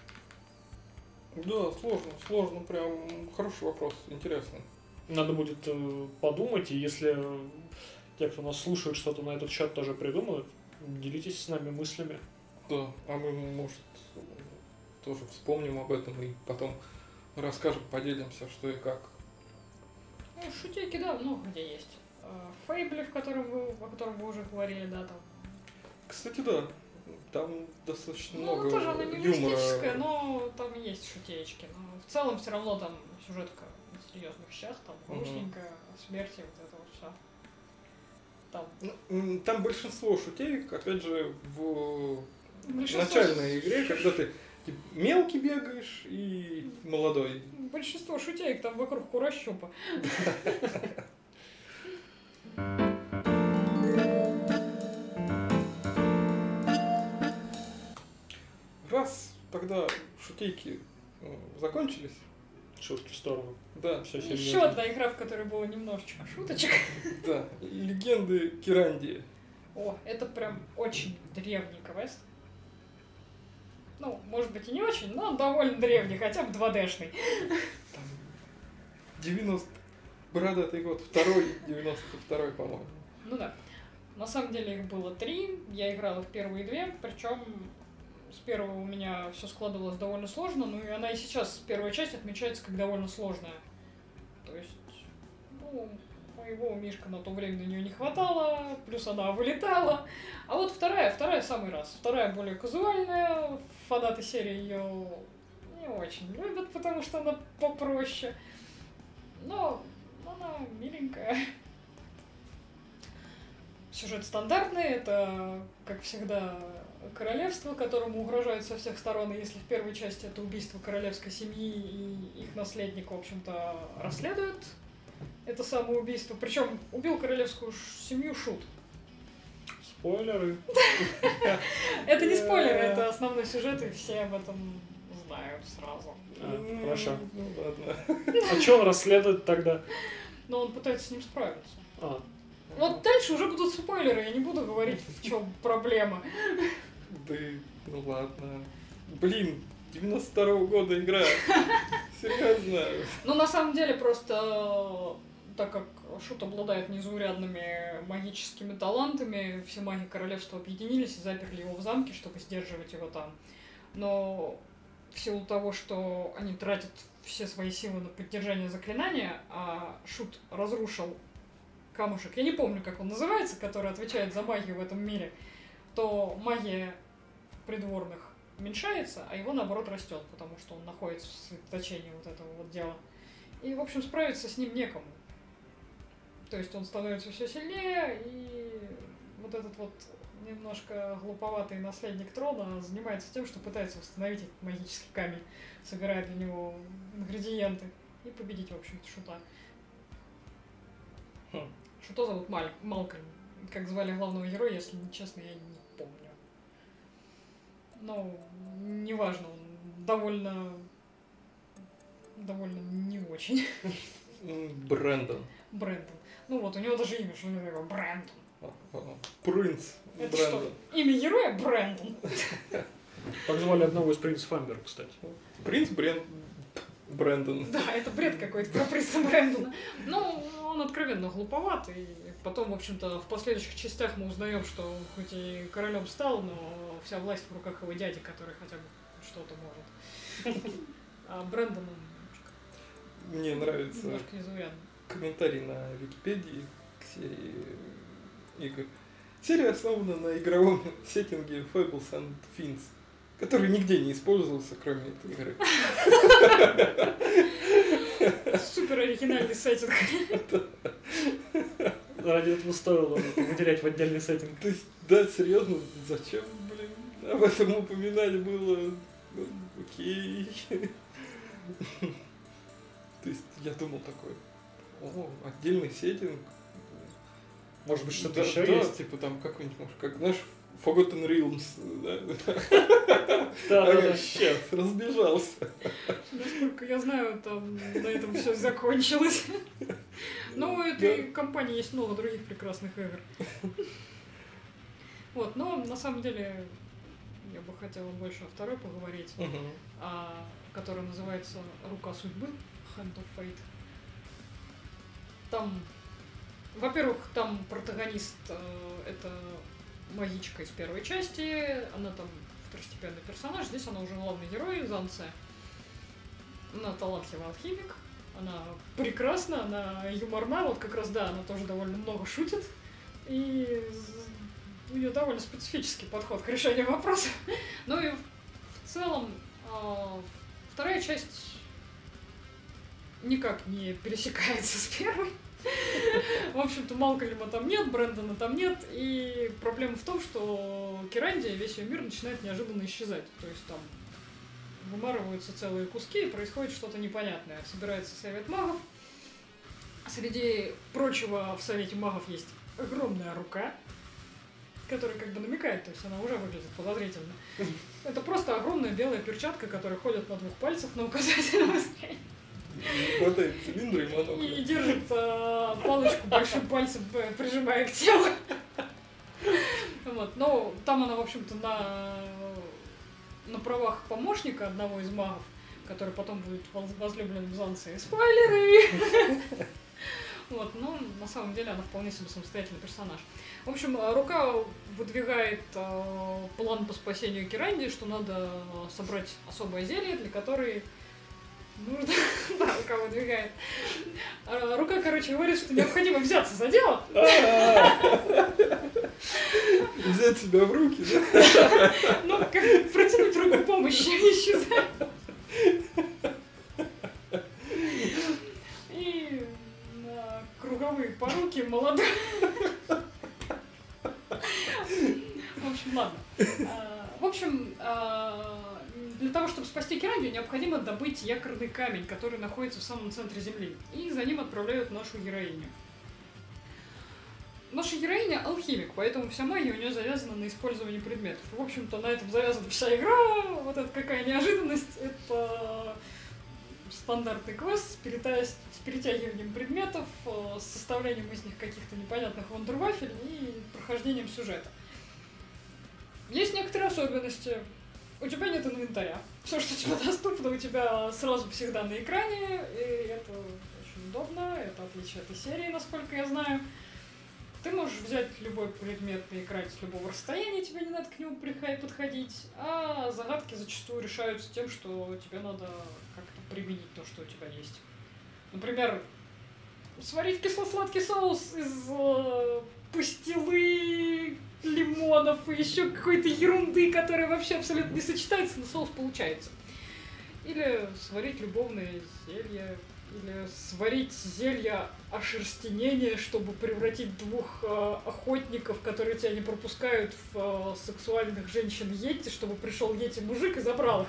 Да, сложно, сложно, прям хороший вопрос, интересно. Надо будет э, подумать, и если те, кто нас слушает, что-то на этот счет тоже придумают, делитесь с нами мыслями. Да, а мы, может, тоже вспомним об этом и потом расскажем, поделимся, что и как. Ну, шутейки, да, много где есть. Фейбли, в котором вы, о котором вы уже говорили, да, там. Кстати, да, там достаточно Ну, много тоже она не юмора. мистическая, но там есть шутеечки. Но в целом все равно там сюжетка на серьезных щах, там Мгм. грустненькая, смерти, вот это вот все. Там Ну, м, Там большинство шутеек, опять же, в большинство начальной ш- игре, ш- когда ты типа, мелкий бегаешь и молодой. Большинство шутеек там вокруг курощупа. Раз тогда шутейки э, закончились, Шутки в сторону. да, Все Еще серьезно. одна игра, в которой было немножечко шуточек. да, легенды Кирандии. О, это прям очень древний квест. Ну, может быть и не очень, но довольно древний, хотя бы два дэ-шный. Там девяносто бородатый год, второй, девяносто второй, по-моему. Ну да. На самом деле их было три. Я играла в первые две, причем с первого у меня все складывалось довольно сложно, ну и она и сейчас, первая часть, отмечается как довольно сложная. То есть, ну, моего Мишка на то время на нее не хватало, плюс она вылетала. А вот вторая, вторая в самый раз. Вторая более казуальная, фанаты серии ее не очень любят, потому что она попроще. Но она миленькая. Сюжет стандартный, это, как всегда, королевство, которому угрожают со всех сторон. И если в первой части это убийство королевской семьи, и их наследник, в общем-то, расследует это самоубийство. Причем убил королевскую ш- семью Шут. Спойлеры. Это не спойлер, это основной сюжет, и все об этом знают сразу. А, Ну, хорошо. Ну ладно. А что он расследует тогда? Но он пытается с ним справиться. А, Вот дальше уже будут спойлеры, я не буду говорить, в чем проблема. Да, и- ну ладно. Блин, девяносто второго года игра. Серьезно. Ну, на самом деле, просто э, так как Шут обладает незаурядными магическими талантами, все маги королевства объединились и заперли его в замке, чтобы сдерживать его там. Но в силу того, что они тратят все свои силы на поддержание заклинания, а Шут разрушил камушек, я не помню, как он называется, который отвечает за магию в этом мире, то магия придворных уменьшается, а его, наоборот, растет, потому что он находится в сосредоточении вот этого вот дела. И, в общем, справиться с ним некому. То есть он становится все сильнее, и вот этот вот немножко глуповатый наследник трона занимается тем, что пытается восстановить этот магический камень, собирая для него ингредиенты, и победить, в общем-то, Шута. Хм. Шута зовут Маль... Малкольм, как звали главного героя, если честно, я не помню. Ну, неважно, он довольно... довольно не очень. Брэндон. Брэндон. Ну вот, у него даже имя, что у него такое Брэндон. Принц Это Брэндон. что, имя героя Брэндон? Так звали одного из принцев Амбера, кстати. Принц Брен... Брэндон. Да, это бред какой-то про принца Брэндона. Ну, он откровенно глуповат, и потом, в общем-то, в последующих частях мы узнаем, что хоть и королем стал, но вся власть в руках его дяди, который хотя бы что-то может. А Брэндон, он Мне нравится немножко незаурядный. комментарий на Википедии к серии игр. Серия основана на игровом сеттинге Fables and Fiends, который нигде не использовался, кроме этой игры. Супер оригинальный сеттинг. Ради этого стоило это выделять в отдельный сеттинг. То есть, да, серьезно, зачем, блин, об этом упоминать было? Ну, окей. То есть, я думал такой, о, отдельный сеттинг. Может быть, что-то Да, еще да, есть? типа там какой-нибудь, может, как, знаешь, Forgotten Realms, да? Да, да, да. Сейчас, разбежался. Насколько я знаю, там на этом все закончилось. Но у этой компании есть много других прекрасных игр. Вот, но на самом деле я бы хотела больше о второй поговорить, Мгм. а, которая называется «Рука судьбы», Hand of Fate. Там, во-первых, там протагонист э, это магичка из первой части, она там второстепенный персонаж, здесь она уже главный герой, Занция. Она талантливый алхимик, она прекрасна, она юморна, вот как раз, да, она тоже довольно много шутит, и у нее довольно специфический подход к решению вопросов. Ну и в целом э, вторая часть никак не пересекается с первой. В общем-то, Малкольма там нет, Брэндона там нет, и проблема в том, что Кирандия, весь ее мир начинает неожиданно исчезать. То есть там вымарываются целые куски, и происходит что-то непонятное. Собирается совет магов. Среди прочего в совете магов есть огромная рука, которая как бы намекает, то есть она уже выглядит подозрительно. Это просто огромная белая перчатка, которая ходит на двух пальцах на указательном стрене. Хватает цилиндра и И монокля. держит э, палочку большим пальцем, э, прижимая к телу. Вот. Но там она, в общем-то, на, на правах помощника одного из магов, который потом будет воз- возлюбленным Занции. Спойлеры! Вот, но на самом деле она вполне себе самостоятельный персонаж. В общем, э, рука выдвигает э, план по спасению Кирандии, что надо э, собрать особое зелье, для которой нужно... Да, рука выдвигает. А, рука, короче, говорит, что необходимо взяться за дело. Взять себя в руки, да? Ну, как протянуть руку помощи, исчезает. И на круговые поруки молодой. В общем, ладно. А, В общем, а, для того, чтобы спасти Кирандию, необходимо добыть якорный камень, который находится в самом центре Земли. И за ним отправляют нашу героиню. Наша героиня алхимик, поэтому вся магия у нее завязана на использовании предметов. В общем-то, на этом завязана вся игра. Вот это какая неожиданность. Это стандартный квест с, перета- с перетягиванием предметов, э, с составлением из них каких-то непонятных вундервафель и прохождением сюжета. Есть некоторые особенности. У тебя нет инвентаря. Все, что тебе доступно, у тебя сразу всегда на экране, и это очень удобно, это отличие этой серии, насколько я знаю. Ты можешь взять любой предмет и играть с любого расстояния, тебе не надо к нему подходить, а загадки зачастую решаются тем, что тебе надо как-то применить то, что у тебя есть. Например, сварить кисло-сладкий соус из э, пастилы, лимонов и еще какой-то ерунды, которая вообще абсолютно не сочетается, но соус получается. Или сварить любовное зелье Или сварить зелье ошерстенения, чтобы превратить двух э, охотников, которые тебя не пропускают, в э, сексуальных женщин Йети, чтобы пришел Йети-мужик и забрал их.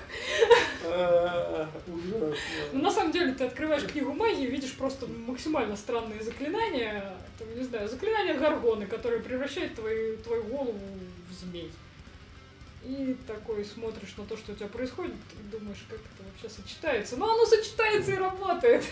Ужасно. Но на самом деле ты открываешь книгу магии и видишь просто максимально странные заклинания. Там, не знаю, заклинания Гаргоны, которые превращают твою, твою голову в змей. И такой смотришь на то, что у тебя происходит, и думаешь, как это вообще сочетается. Но оно сочетается и работает.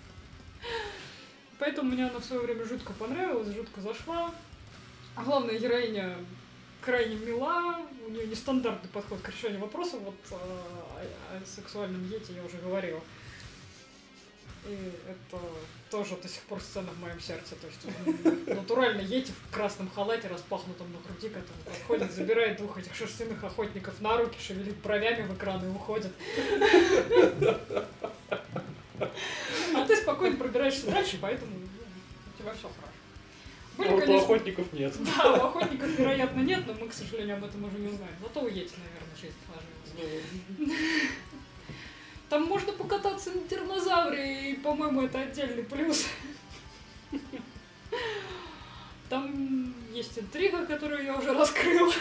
Поэтому мне она в свое время жутко понравилась, жутко зашла. А главная героиня крайне мила, у нее нестандартный подход к решению вопросов. Вот о, о сексуальном Йети я уже говорила. И это тоже до сих пор сцена в моем сердце. То есть натурально Йети в красном халате, распахнутом на груди, который подходит, забирает двух этих шерстяных охотников на руки, шевелит бровями в экран и уходит. А ты спокойно пробираешься дальше, поэтому у тебя все хорошо. Были, а вот конечно... у охотников нет. Да, у охотников, вероятно, нет, но мы, к сожалению, об этом уже не знаем. Зато у Йети, наверное, жизнь сложилась. Там можно покататься на тираннозавре, и, по-моему, это отдельный плюс. Там есть интрига, которую я уже раскрыла.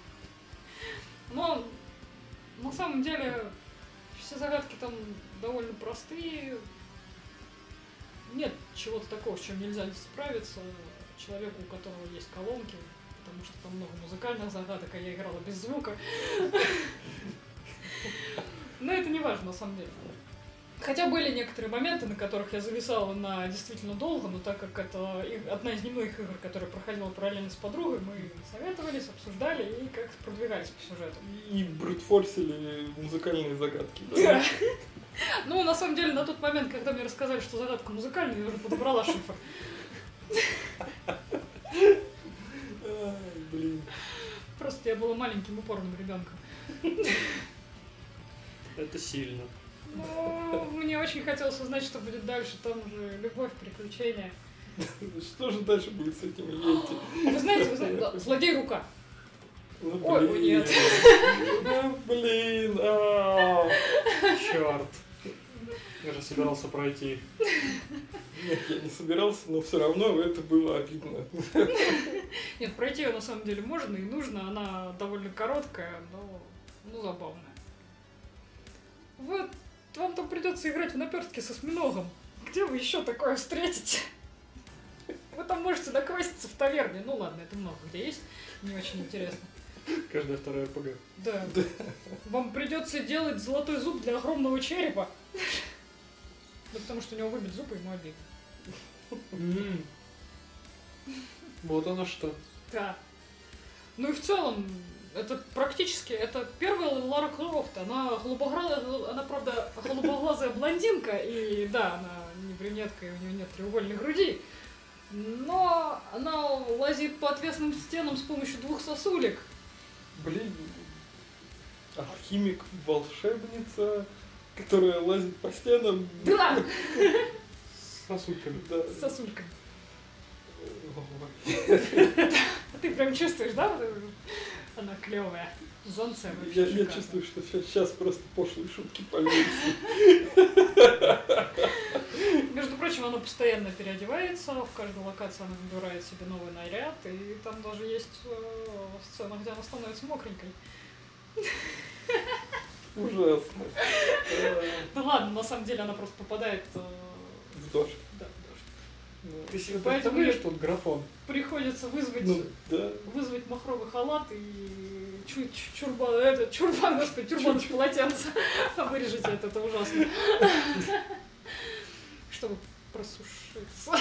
Но на самом деле все загадки там довольно простые. Нет чего-то такого, с чем нельзя справиться человеку, у которого есть колонки, потому что там много музыкальных загадок, а я играла без звука. Но это не важно, на самом деле. Хотя были некоторые моменты, на которых я зависала на действительно долго, но так как это одна из немногих игр, которая проходила параллельно с подругой, мы советовались, обсуждали и как-то продвигались по сюжету. И брутфорсили музыкальные загадки. Да? Ну, на самом деле, на тот момент, когда мне рассказали, что загадка музыкальная, я уже подобрала шифр. Блин. Просто я была маленьким упорным ребенком. Это сильно. Ну, мне очень хотелось узнать, что будет дальше. Там же любовь, приключения. Что же дальше будет с этими Йети? Вы знаете, вы знаете, да, злодей рука. Ну, Ой, ой, нет. Ну, блин. Черт. Я же собирался пройти. Нет, я не собирался, но все равно это было обидно. Нет, пройти ее на самом деле можно и нужно. Она довольно короткая, но ну, забавная. Вот вам там придется играть в наперстки со осьминогом. Где вы еще такое встретите? Вы там можете доквеститься в таверне. Ну ладно, это много где есть. Не очень интересно. Каждая вторая РПГ. Да. да. Вам придется делать золотой зуб для огромного черепа. Да потому что у него выбит зуб, и ему обидно. Вот оно что. Да. Ну и в целом, это практически, это первая Лара Крофт. Она голубоглазая, она, правда, голубоглазая блондинка, и да, она не брюнетка, и у нее нет треугольной груди. Но она лазит по отвесным стенам с помощью двух сосулек. Блин. Алхимик, волшебница, которая лазит по стенам. Да! С сосульками. Да. С сосульками. Ты прям чувствуешь, да? Она клевая. Зонция вообще Я, я шикарная. чувствую, что сейчас просто пошлые шутки польются. Между прочим, она постоянно переодевается, в каждой локации она выбирает себе новый наряд, и там даже есть э, сцена, где она становится мокренькой. Ужасно. Ну ладно, на самом деле она просто попадает э, В дождь. да, в дождь. Ты себе Поэтому представляешь я- тут графон? Приходится вызвать, Ну, да. вызвать махровый халат и чу- чу- чурбан, это, чурбан, господи, тюрбан из полотенца. Вырежите это, это ужасно. Чтобы просушиться.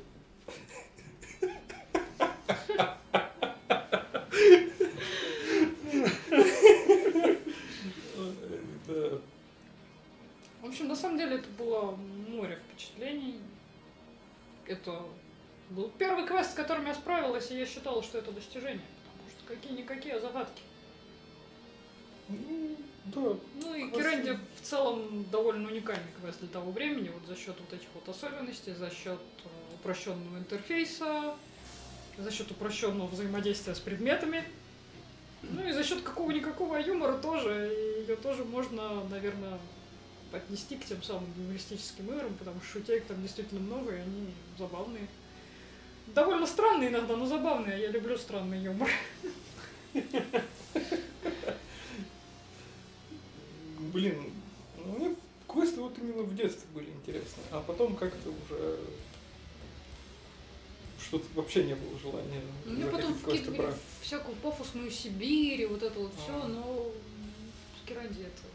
Да. В общем, на самом деле это было море впечатлений. Это был первый квест, с которым я справилась, и я считала, что это достижение. Потому что какие-никакие загадки. Ну, да. Ну и Классно. Киранди в целом довольно уникальный квест для того времени, вот за счет вот этих вот особенностей, за счет э, упрощенного интерфейса, за счет упрощенного взаимодействия с предметами. Ну и за счет какого-никакого юмора тоже. И ее тоже можно, наверное, отнести к тем самым юмористическим играм, потому что шутеек там действительно много, и они забавные. Довольно странные иногда, но забавные. Я люблю странный юмор. Блин, ну, мне квесты вот именно в детстве были интересны, а потом как-то уже что-то вообще не было желания. Мне за потом какие-то квесты вкидывали брать. всякую пафосную Сибирь, и вот это вот все, А. но ради этого.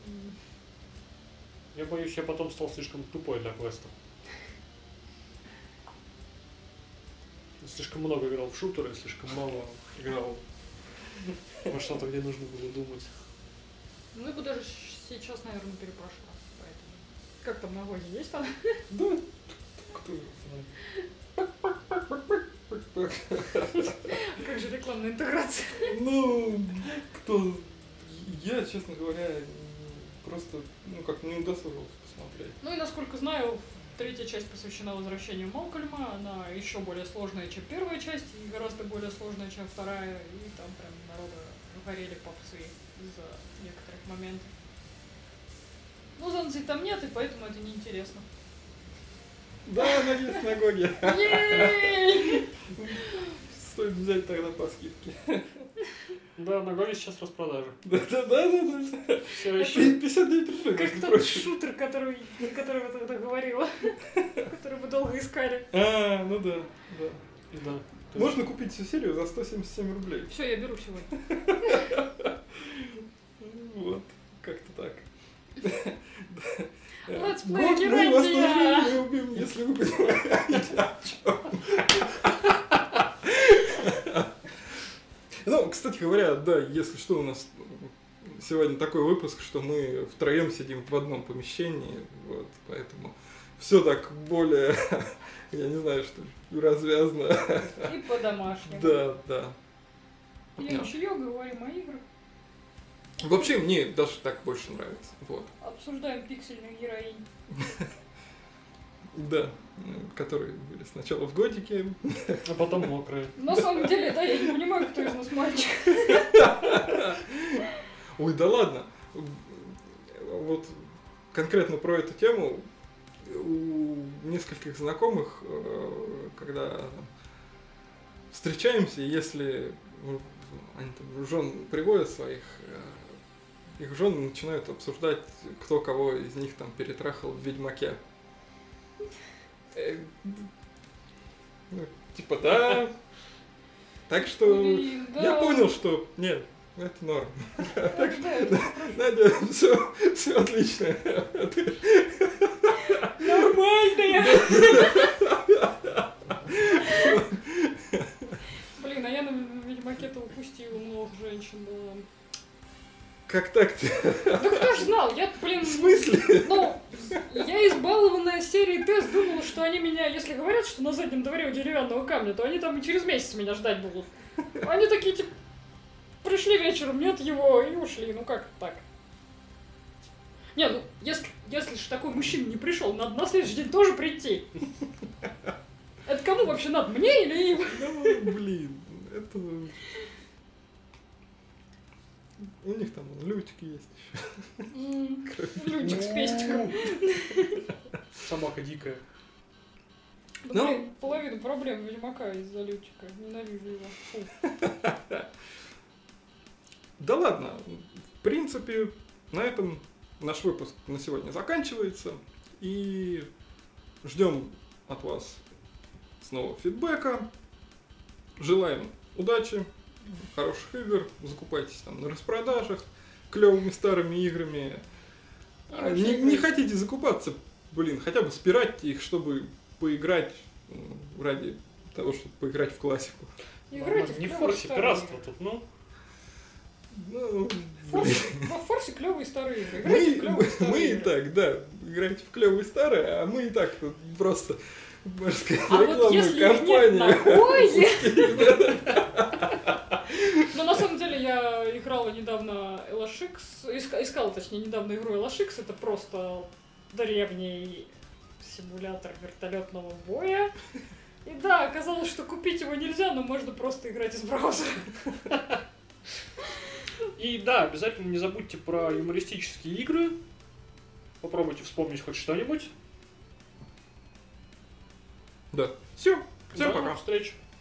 Я боюсь, я потом стал слишком тупой для квестов. Слишком много играл в шутеры, слишком много играл во что-то, где нужно было думать. Ну, я бы даже сейчас, наверное, перепрошла. Поэтому. Как там на Гоге есть там? Да, кто его знает. Как же рекламная интеграция? Ну, кто... Я, честно говоря, просто, ну, как не удосужился посмотреть. Ну и насколько знаю, третья часть посвящена возвращению Малкольма. Она еще более сложная, чем первая часть, и гораздо более сложная, чем вторая. И там прям народа горели попсы из-за некоторых моментов. Ну, Занзи там нет, и поэтому это неинтересно. Да, она есть на Гоге. Ей! Стоит взять тогда по скидке. Да, на Гоге сейчас распродажа. Да-да-да-да. Все еще. пятьдесят девять рублей, Как между тот прочим. шутер, который, который вы тогда говорила, который вы долго искали. А, ну да, да. Да. Можно купить всю серию за сто семьдесят семь рублей. Все, я беру сегодня. Вот, как-то так. Let's play Вот мы вас Герандия! тоже любим, если вы понимаете, о чем. Ну, кстати говоря, да, если что, у нас сегодня такой выпуск, что мы втроем сидим в одном помещении, вот, поэтому все так более, я не знаю, что развязано. И по-домашнему. Да, да. Пьем чаек, говорим о играх, Вообще мне даже так больше нравится. Вот. обсуждаем пиксельных героинь. Да, которые были сначала в Готике. А потом мокрые. На самом деле, да, я не понимаю, кто из нас мальчик. Ой, да ладно. Вот конкретно про эту тему у нескольких знакомых, когда встречаемся, если они там жен приводят своих, их жены начинают обсуждать, кто кого из них там перетрахал в Ведьмаке. Ну, типа, да. Так что Блин, да. я понял, что нет, это норм. Так что, это Надя, все, все отлично. нормальные. Блин, а я на Ведьмаке-то упустила много женщин, да. Как так-то? Да кто ж знал? Я, блин... В смысле? Ну, я избалованная серией тест думала, что они меня, если говорят, что на заднем дворе у деревянного камня, то они там и через месяц меня ждать будут. Они такие, типа, пришли вечером, нет его, и ушли. Ну как так? Не, ну, если, если же такой мужчина не пришел, надо на следующий день тоже прийти. Это кому вообще надо, мне или им? Ну, блин, это... У них там лютики есть еще. М, Лютик с пестиком. Собака дикая. Да, Ну. блин, половина проблем Ведьмака из-за Лютика. Ненавижу его. Фу. Да ладно, в принципе, на этом наш выпуск на сегодня заканчивается. И ждем от вас снова фидбэка. Желаем удачи, хороших игр, закупайтесь там на распродажах, клевыми старыми играми. И А вообще не, не играть. хотите закупаться, блин, хотя бы спирайте их, чтобы поиграть м, ради того, чтобы поиграть в классику. Играйте в Не клёвые форси старые пиратство игры. тут, ну. Ну, Форсе, во Форсе клевые старые игры. мы, Играйте в клевые мы, старые мы и игры. так, да, играете в клевые старые, а мы и так тут просто, можно сказать, А вот рекламную если их нет на кампанию. Гоге... Но на самом деле я играла недавно эл эш икс, иска- искала, точнее, недавно игру эл эш икс, это просто древний симулятор вертолетного боя. И да, оказалось, что купить его нельзя, но можно просто играть из браузера. И да, обязательно не забудьте про юмористические игры. Попробуйте вспомнить хоть что-нибудь. Да. Все. Всем До пока. новых встреч.